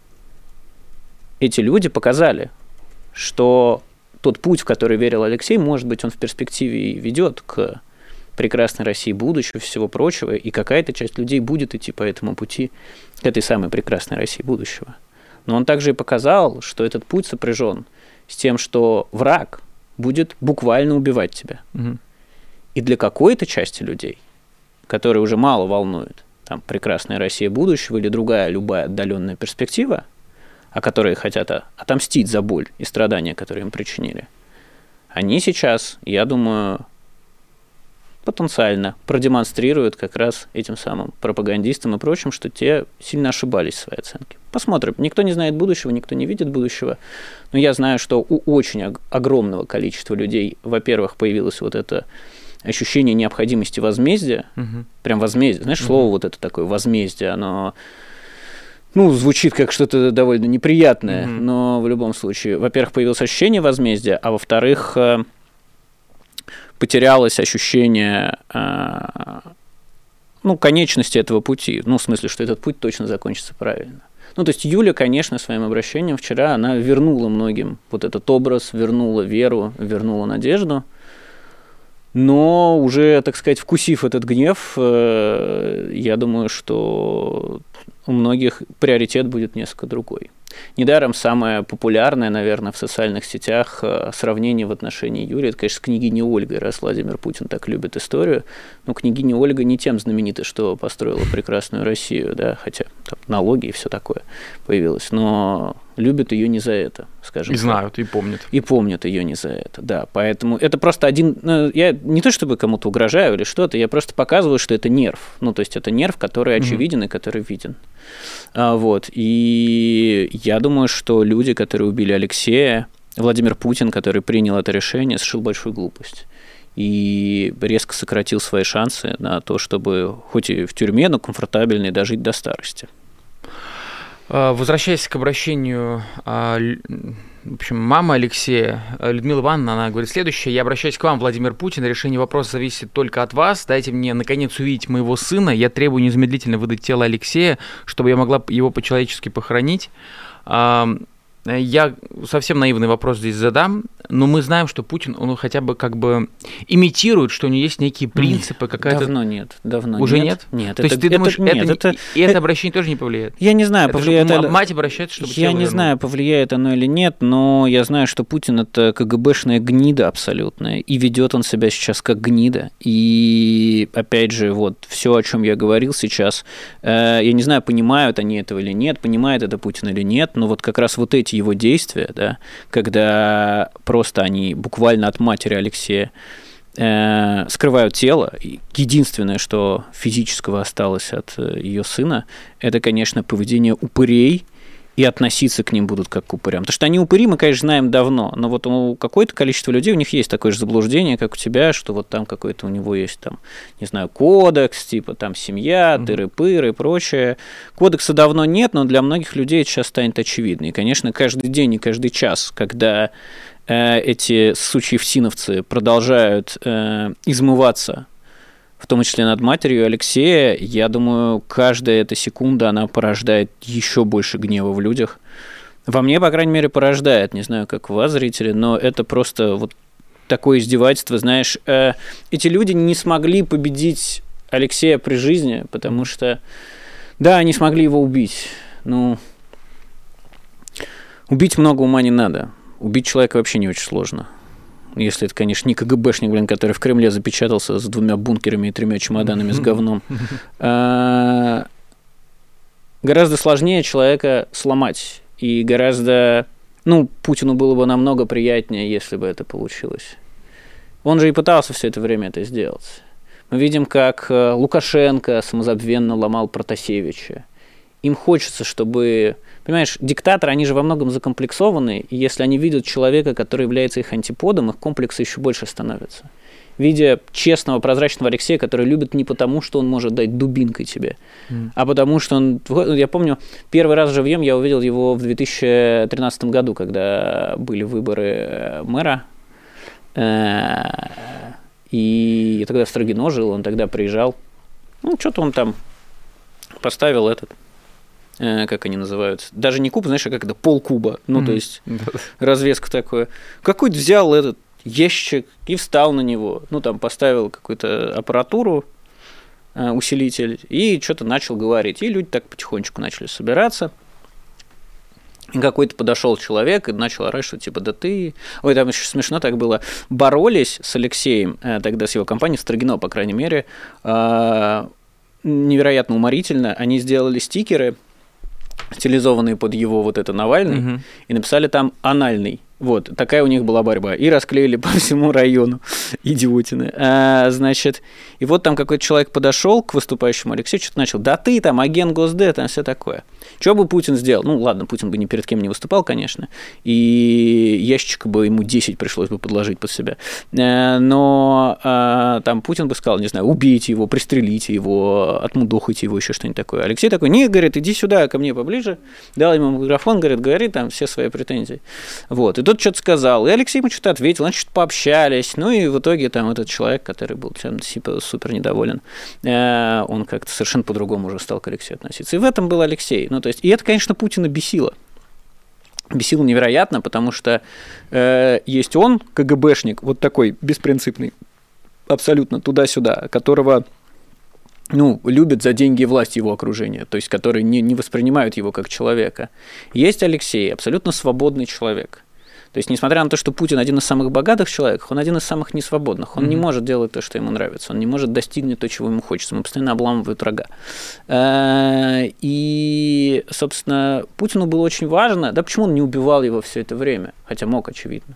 эти люди показали, что тот путь, в который верил Алексей, может быть, он в перспективе и ведет к прекрасной России будущего, всего прочего, и какая-то часть людей будет идти по этому пути к этой самой прекрасной России будущего. Но он также и показал, что этот путь сопряжен с тем, что враг будет буквально убивать тебя. Угу. И для какой-то части людей, которые уже мало волнует, там, прекрасная Россия будущего или другая любая отдаленная перспектива, а которые хотят отомстить за боль и страдания, которые им причинили, они сейчас, я думаю, потенциально продемонстрируют как раз этим самым пропагандистам и прочим, что те сильно ошибались в своей оценке. Посмотрим. Никто не знает будущего, никто не видит будущего, но я знаю, что у очень огромного количества людей, во-первых, появилось вот это ощущение необходимости возмездия, угу. прям возмездие, знаешь, угу. слово вот это такое возмездие, оно, ну, звучит как что-то довольно неприятное, угу. но в любом случае, во-первых, появилось ощущение возмездия, а во-вторых, потерялось ощущение, ну, конечности этого пути, ну, в смысле, что этот путь точно закончится правильно. Ну, то есть Юля, конечно, своим обращением вчера, она вернула многим вот этот образ, вернула веру, вернула надежду, но уже, так сказать, вкусив этот гнев, я думаю, что у многих приоритет будет несколько другой. Недаром самое популярное, наверное, в социальных сетях сравнение в отношении Юрия, это, конечно, с княгиней Ольгой, раз Владимир Путин так любит историю, но княгиня Ольга не тем знаменита, что построила прекрасную Россию, да, хотя там налоги и все такое появилось, но любят ее не за это, скажем. И знают, и помнят. И помнят ее не за это, да, поэтому это просто один, ну, я не то чтобы кому-то угрожаю или что-то, я просто показываю, что это нерв, ну, то есть это нерв, который очевиден mm-hmm. и который виден. А, вот, и я думаю, что люди, которые убили Алексея, Владимир Путин, который принял это решение, совершил большую глупость и резко сократил свои шансы на то, чтобы хоть и в тюрьме, но комфортабельно дожить до старости. Возвращаясь к обращению, в общем, мамы Алексея, Людмила Ивановна, она говорит следующее. «Я обращаюсь к вам, Владимир Путин. Решение вопроса зависит только от вас. Дайте мне, наконец, увидеть моего сына. Я требую незамедлительно выдать тело Алексея, чтобы я могла его по-человечески похоронить». Я совсем наивный вопрос здесь задам, но мы знаем, что Путин, он хотя бы как бы имитирует, что у него есть некие принципы, какая-то... Давно нет, давно Уже нет. нет? Нет. То есть это, ты думаешь, это, нет, это, это, и это обращение тоже не повлияет? Я не знаю, это повлияет... Это... Мать обращается, чтобы... Я не знаю, повлияет оно или нет, но я знаю, что Путин – это КГБшная гнида абсолютная, и ведет он себя сейчас как гнида. И, опять же, вот все, о чем я говорил сейчас, э, я не знаю, понимают они этого или нет, понимает это Путин или нет, но вот как раз вот эти его действия, да, когда просто они буквально от матери Алексея э, скрывают тело, и единственное, что физического осталось от э, ее сына, это, конечно, поведение упырей, и относиться к ним будут как к упырям. Потому что они упыри, мы, конечно, знаем давно, но вот у какое-то количество людей, у них есть такое же заблуждение, как у тебя, что вот там какой-то у него есть, там, не знаю, кодекс, типа там семья, тыры-пыры и прочее. Кодекса давно нет, но для многих людей это сейчас станет очевидно. И, конечно, каждый день и каждый час, когда э, эти сучьи-всиновцы продолжают э, измываться, в том числе над матерью Алексея, я думаю, каждая эта секунда, она порождает еще больше гнева в людях. Во мне, по крайней мере, порождает. Не знаю, как у вас, зрители, но это просто вот такое издевательство. Знаешь, э, эти люди не смогли победить Алексея при жизни, потому что, да, они смогли его убить. Ну, убить много ума не надо. Убить человека вообще не очень сложно. Если это, конечно, не КГБшник, блин, который в Кремле запечатался с двумя бункерами и тремя чемоданами с говном. Гораздо сложнее человека сломать. И гораздо... Ну, Путину было бы намного приятнее, если бы это получилось. Он же и пытался все это время это сделать. Мы видим, как Лукашенко самозабвенно ломал Протасевича. Им хочется, чтобы... Понимаешь, диктаторы, они же во многом закомплексованы, и если они видят человека, который является их антиподом, их комплексы еще больше становятся. Видя честного, прозрачного Алексея, который любит не потому, что он может дать дубинкой тебе, mm. а потому что он... Я помню, первый раз живьем я увидел его в две тысячи тринадцатом году, когда были выборы мэра, и я тогда в Строгино жил, он тогда приезжал. Ну, что-то он там поставил этот... как они называются, даже не куб, знаешь, а как это, полкуба, ну, mm-hmm. то есть развеска такое. Какой-то взял этот ящик и встал на него, ну, там поставил какую-то аппаратуру, усилитель, и что-то начал говорить. И люди так потихонечку начали собираться. И какой-то подошел человек и начал орать, что типа, да ты... Ой, там еще смешно так было. Боролись с Алексеем, тогда с его компанией, в Строгино, по крайней мере, невероятно уморительно. Они сделали стикеры, стилизованные под его вот это Навальный, угу. и написали там «анальный». Вот, такая у них была борьба. И расклеили по всему району. Идиотины. А, значит, и вот там какой-то человек подошел к выступающему Алексею, что-то начал, да ты там, агент Госдеп, там все такое. Что бы Путин сделал? Ну, ладно, Путин бы ни перед кем не выступал, конечно, и ящичка бы ему десять пришлось бы подложить под себя. Но а, там Путин бы сказал, не знаю, убейте его, пристрелите его, отмудохайте его, еще что-нибудь такое. Алексей такой, не, говорит, иди сюда, ко мне поближе. Дал ему микрофон, говорит, говори там все свои претензии. Вот, и тот что-то сказал, и Алексей ему что-то ответил, они что-то пообщались, ну и в итоге там этот человек, который был чем типа супер недоволен, он как-то совершенно по-другому уже стал к Алексею относиться. И в этом был Алексей. Ну, то есть, и это, конечно, Путина бесило. Бесило невероятно, потому что э, есть он, КГБшник, вот такой беспринципный, абсолютно туда-сюда, которого... ну, любят за деньги и власть его окружения, то есть которые не, не воспринимают его как человека. Есть Алексей, абсолютно свободный человек. То есть, несмотря на то, что Путин один из самых богатых человек, он один из самых несвободных. Он mm-hmm. не может делать то, что ему нравится. Он не может достигнуть то, чего ему хочется. Ему постоянно обламывают рога. И, собственно, Путину было очень важно, да почему он не убивал его все это время, хотя мог, очевидно.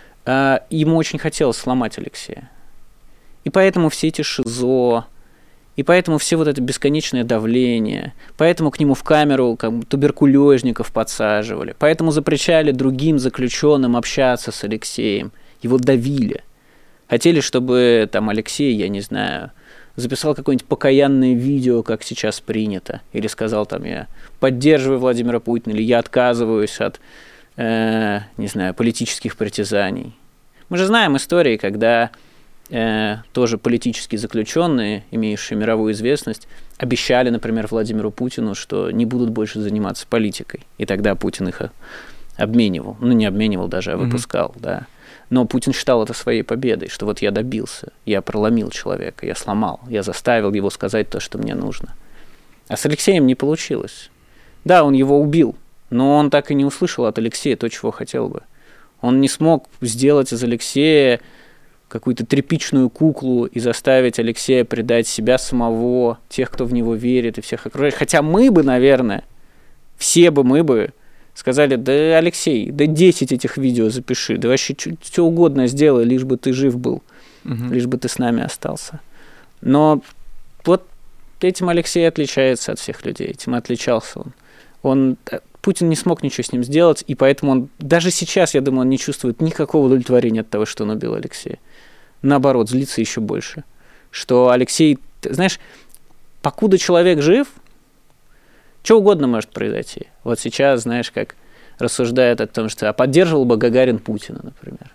Ему очень хотелось сломать Алексея. И поэтому все эти ШИЗО, И поэтому все вот это бесконечное давление, поэтому к нему в камеру как бы туберкулезников подсаживали, поэтому запрещали другим заключенным общаться с Алексеем, его давили. Хотели, чтобы там Алексей, я не знаю, записал какое-нибудь покаянное видео, как сейчас принято, или сказал там я поддерживаю Владимира Путина, или я отказываюсь от, э, не знаю, политических притязаний. Мы же знаем истории, когда э, тоже политические заключенные, имеющие мировую известность, обещали, например, Владимиру Путину, что не будут больше заниматься политикой. И тогда Путин их обменивал. Ну, не обменивал даже, а выпускал, mm-hmm. да. Но Путин считал это своей победой, что вот я добился, я проломил человека, я сломал, я заставил его сказать то, что мне нужно. А с Алексеем не получилось. Да, он его убил, но он так и не услышал от Алексея то, чего хотел бы. Он не смог сделать из Алексея какую-то тряпичную куклу и заставить Алексея предать себя самого, тех, кто в него верит, и всех окружающих. Хотя мы бы, наверное, все бы мы бы сказали: да, Алексей, да десять этих видео запиши, да вообще что угодно сделай, лишь бы ты жив был, угу. лишь бы ты с нами остался. Но вот этим Алексей отличается от всех людей, этим отличался он. Он... Путин не смог ничего с ним сделать, и поэтому он, даже сейчас, я думаю, он не чувствует никакого удовлетворения от того, что он убил Алексея. Наоборот, злится еще больше. Что Алексей, знаешь, покуда человек жив, что угодно может произойти. Вот сейчас, знаешь, как рассуждают о том, что а поддерживал бы Гагарин Путина, например.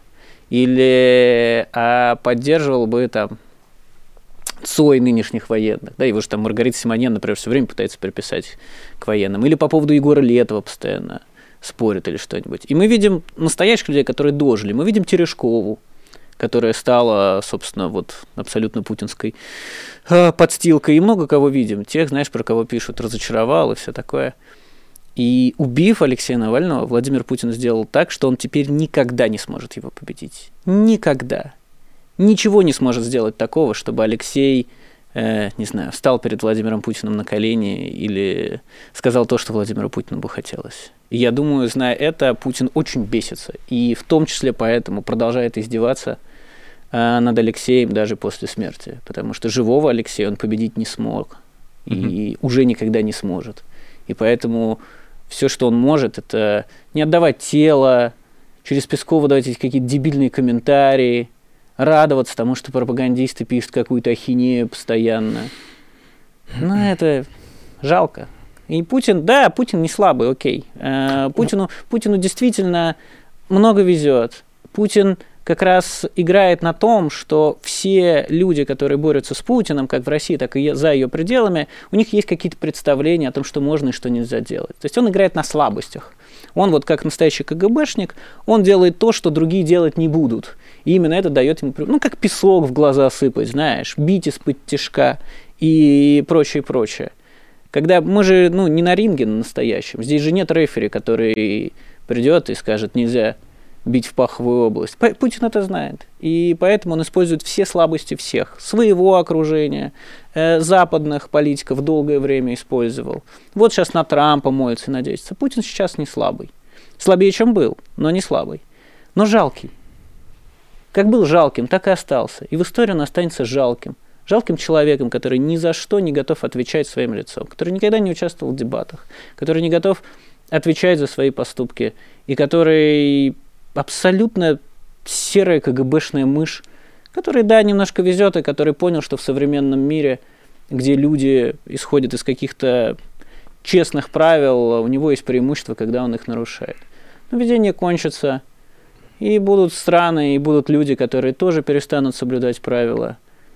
Или а поддерживал бы там Цой нынешних военных. Да, его же там Маргарита Симоньян, например, все время пытается приписать к военным. Или по поводу Егора Летова постоянно спорят или что-нибудь. И мы видим настоящих людей, которые дожили. Мы видим Терешкову, которая стала, собственно, вот абсолютно путинской э, подстилкой. И много кого видим. Тех, знаешь, про кого пишут, разочаровал и все такое. И убив Алексея Навального, Владимир Путин сделал так, что он теперь никогда не сможет его победить. Никогда. Ничего не сможет сделать такого, чтобы Алексей, э, не знаю, встал перед Владимиром Путиным на колени или сказал то, что Владимиру Путину бы хотелось. И я думаю, зная это, Путин очень бесится. И в том числе поэтому продолжает издеваться э, над Алексеем даже после смерти. Потому что живого Алексея он победить не смог. И mm-hmm. уже никогда не сможет. И поэтому все, что он может, это не отдавать тело, через Пескова давать какие-то дебильные комментарии, радоваться тому, что пропагандисты пишут какую-то ахинею постоянно. Ну, это жалко. И Путин, да, Путин не слабый, окей. Путину, Путину действительно много везет. Путин как раз играет на том, что все люди, которые борются с Путиным, как в России, так и за ее пределами, у них есть какие-то представления о том, что можно и что нельзя делать. То есть он играет на слабостях. Он вот как настоящий КГБшник, он делает то, что другие делать не будут. И именно это дает ему, ну, как песок в глаза сыпать, знаешь, бить из-под тишка и прочее, прочее. Когда мы же, ну, не на ринге настоящем, здесь же нет рефери, который придет и скажет: нельзя бить в паховую область. Путин это знает. И поэтому он использует все слабости всех. Своего окружения, э, западных политиков долгое время использовал. Вот сейчас на Трампа моется и надеется. Путин сейчас не слабый. Слабее, чем был, но не слабый. Но жалкий. Как был жалким, так и остался. И в истории он останется жалким. Жалким человеком, который ни за что не готов отвечать своим лицом, который никогда не участвовал в дебатах, который не готов отвечать за свои поступки, и который абсолютно серая КГБшная мышь, который, да, немножко везет, и который понял, что в современном мире, где люди исходят из каких-то честных правил, у него есть преимущество, когда он их нарушает. Но везение кончится, и будут страны, и будут люди, которые тоже перестанут соблюдать правила.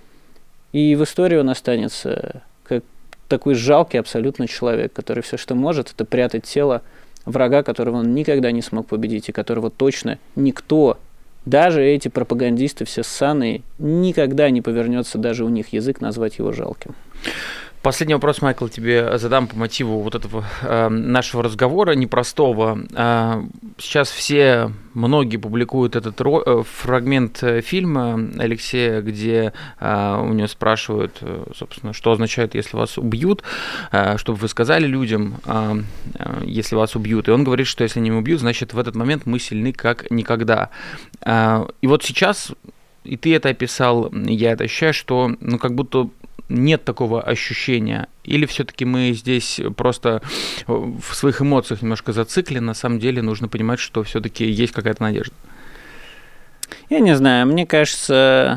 И в истории он останется как такой жалкий абсолютно человек, который все, что может, это прятать тело врага, которого он никогда не смог победить, и которого точно никто, даже эти пропагандисты все ссаные, никогда не повернется даже у них язык назвать его жалким. Последний вопрос, Майкл, тебе задам по мотиву вот этого э, нашего разговора непростого. Э, сейчас все, многие публикуют этот ро- э, фрагмент фильма Алексея, где э, у него спрашивают, э, собственно, что означает, если вас убьют, э, чтобы вы сказали людям, э, э, если вас убьют. И он говорит, что если не убьют, значит, в этот момент мы сильны как никогда. Э, и вот сейчас, и ты это описал, я это ощущаю, что, ну, как будто нет такого ощущения? Или все-таки мы здесь просто в своих эмоциях немножко зациклены, на самом деле нужно понимать, что все-таки есть какая-то надежда? Я не знаю, мне кажется,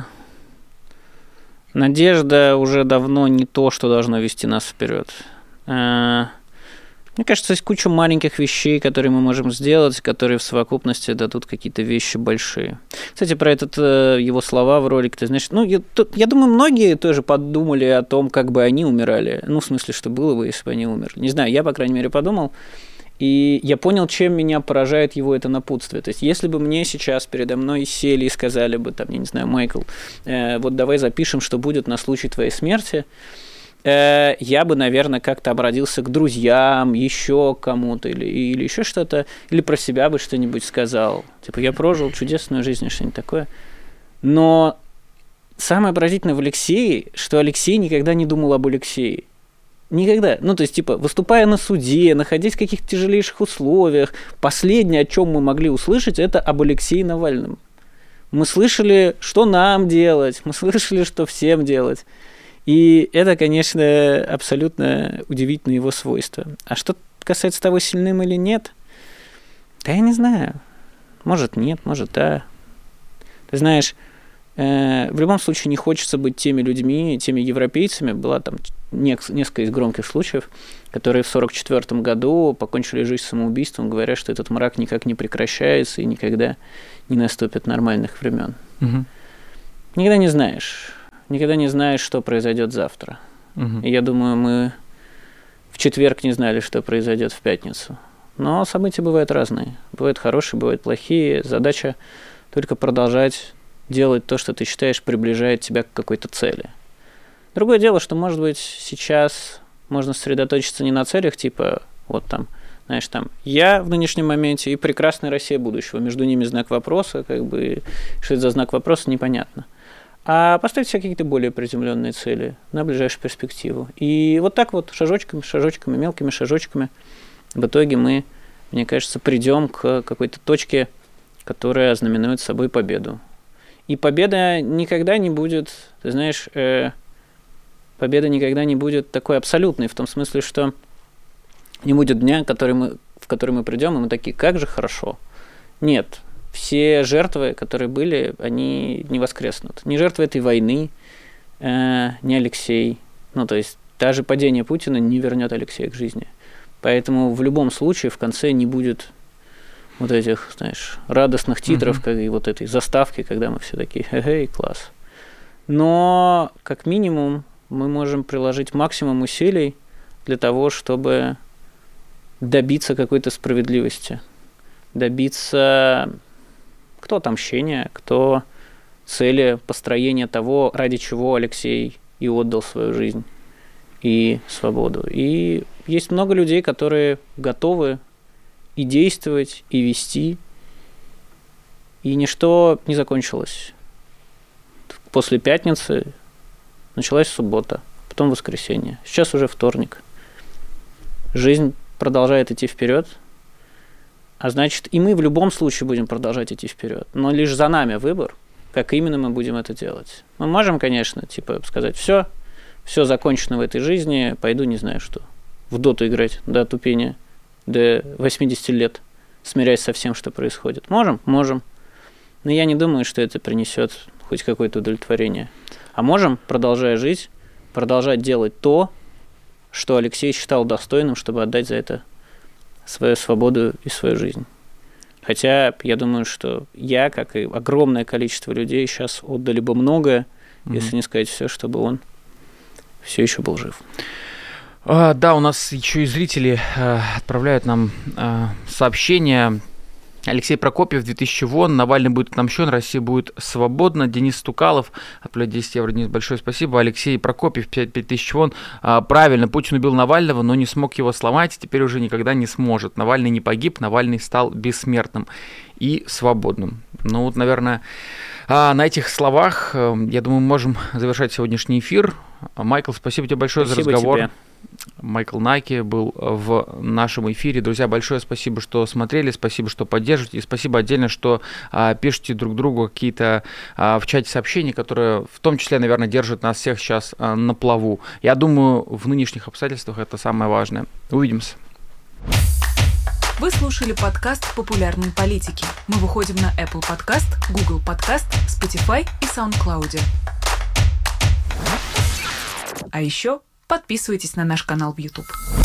надежда уже давно не то, что должно вести нас вперед. Мне кажется, есть куча маленьких вещей, которые мы можем сделать, которые в совокупности дадут какие-то вещи большие. Кстати, про этот его слова в ролике, ты знаешь, ну, я, я думаю, многие тоже подумали о том, как бы они умирали. Ну, в смысле, что было бы, если бы они умерли. Не знаю, я, по крайней мере, подумал, и я понял, чем меня поражает его это напутствие. То есть, если бы мне сейчас передо мной сели и сказали бы, там, я не знаю, Майкл, э, вот давай запишем, что будет на случай твоей смерти, я бы, наверное, как-то обратился к друзьям, еще к кому-то, или, или еще что-то, или про себя бы что-нибудь сказал. Типа, я прожил чудесную жизнь, что-нибудь такое. Но самое поразительное в Алексее, что Алексей никогда не думал об Алексее. Никогда. Ну, то есть, типа, выступая на суде, находясь в каких-то тяжелейших условиях, последнее, о чем мы могли услышать, это об Алексее Навальном. Мы слышали, что нам делать, мы слышали, что всем делать. И это, конечно, абсолютно удивительное его свойство. А что касается того, сильным или нет, да я не знаю. Может, нет, может, да. Ты знаешь, э, в любом случае не хочется быть теми людьми, теми европейцами. Была там несколько из громких случаев, которые в сорок четвёртом году покончили жизнь самоубийством, говоря, что этот мрак никак не прекращается и никогда не наступит нормальных времен. Угу. Никогда не знаешь. Никогда не знаешь, что произойдет завтра. Угу. И я думаю, мы в четверг не знали, что произойдет в пятницу. Но события бывают разные. Бывают хорошие, бывают плохие. Задача только продолжать делать то, что ты считаешь приближает тебя к какой-то цели. Другое дело, что, может быть, сейчас можно сосредоточиться не на целях, типа, вот там, знаешь, там, я в нынешнем моменте и прекрасная Россия будущего. Между ними знак вопроса, как бы, что это за знак вопроса, непонятно. А поставить себе какие-то более приземленные цели на ближайшую перспективу. И вот так вот, шажочками, шажочками, мелкими шажочками, в итоге мы, мне кажется, придем к какой-то точке, которая знаменует собой победу. И победа никогда не будет, ты знаешь, э, победа никогда не будет такой абсолютной, в том смысле, что не будет дня, который мы, в который мы придем, и мы такие, как же хорошо. Нет. Все жертвы, которые были, они не воскреснут. Ни жертвы этой войны, э, ни Алексей. Ну, то есть, даже падение Путина не вернет Алексея к жизни. Поэтому в любом случае в конце не будет вот этих, знаешь, радостных титров, mm-hmm. как и вот этой заставки, когда мы все такие, эй, класс. Но, как минимум, мы можем приложить максимум усилий для того, чтобы добиться какой-то справедливости, добиться... Кто отомщения, кто цели построения того, ради чего Алексей и отдал свою жизнь и свободу. И есть много людей, которые готовы и действовать, и вести, и ничто не закончилось. После пятницы началась суббота, потом воскресенье. Сейчас уже вторник. Жизнь продолжает идти вперед. А значит, и мы в любом случае будем продолжать идти вперед. Но лишь за нами выбор, как именно мы будем это делать. Мы можем, конечно, типа сказать, все, все закончено в этой жизни, пойду не знаю что, в доту играть до тупения, до восьмидесяти лет, смиряясь со всем, что происходит. Можем? Можем. Но я не думаю, что это принесет хоть какое-то удовлетворение. А можем, продолжая жить, продолжать делать то, что Алексей считал достойным, чтобы отдать за это свою свободу и свою жизнь. Хотя я думаю, что я, как и огромное количество людей, сейчас отдали бы многое, mm-hmm. если не сказать все, чтобы он все еще был жив. А, да, у нас еще и зрители а, отправляют нам а, сообщения. Алексей Прокопьев, две тысячи вон, Навальный будет отомщен, Россия будет свободна. Денис Стукалов отправляет десять евро. Денис, большое спасибо. Алексей Прокопьев, пять тысяч вон. А, правильно, Путин убил Навального, но не смог его сломать, теперь уже никогда не сможет. Навальный не погиб, Навальный стал бессмертным и свободным. Ну вот, наверное, А на этих словах, я думаю, мы можем завершать сегодняшний эфир. Майкл, спасибо тебе большое спасибо за разговор. Тебе. Майкл Наки был в нашем эфире. Друзья, большое спасибо, что смотрели, спасибо, что поддерживаете, и спасибо отдельно, что а, пишете друг другу какие-то а, в чате сообщения, которые в том числе, наверное, держат нас всех сейчас а, на плаву. Я думаю, в нынешних обстоятельствах это самое важное. Увидимся. Вы слушали подкаст «Популярные политики». Мы выходим на Apple Podcast, Google Podcast, Spotify и SoundCloud. А еще подписывайтесь на наш канал в YouTube.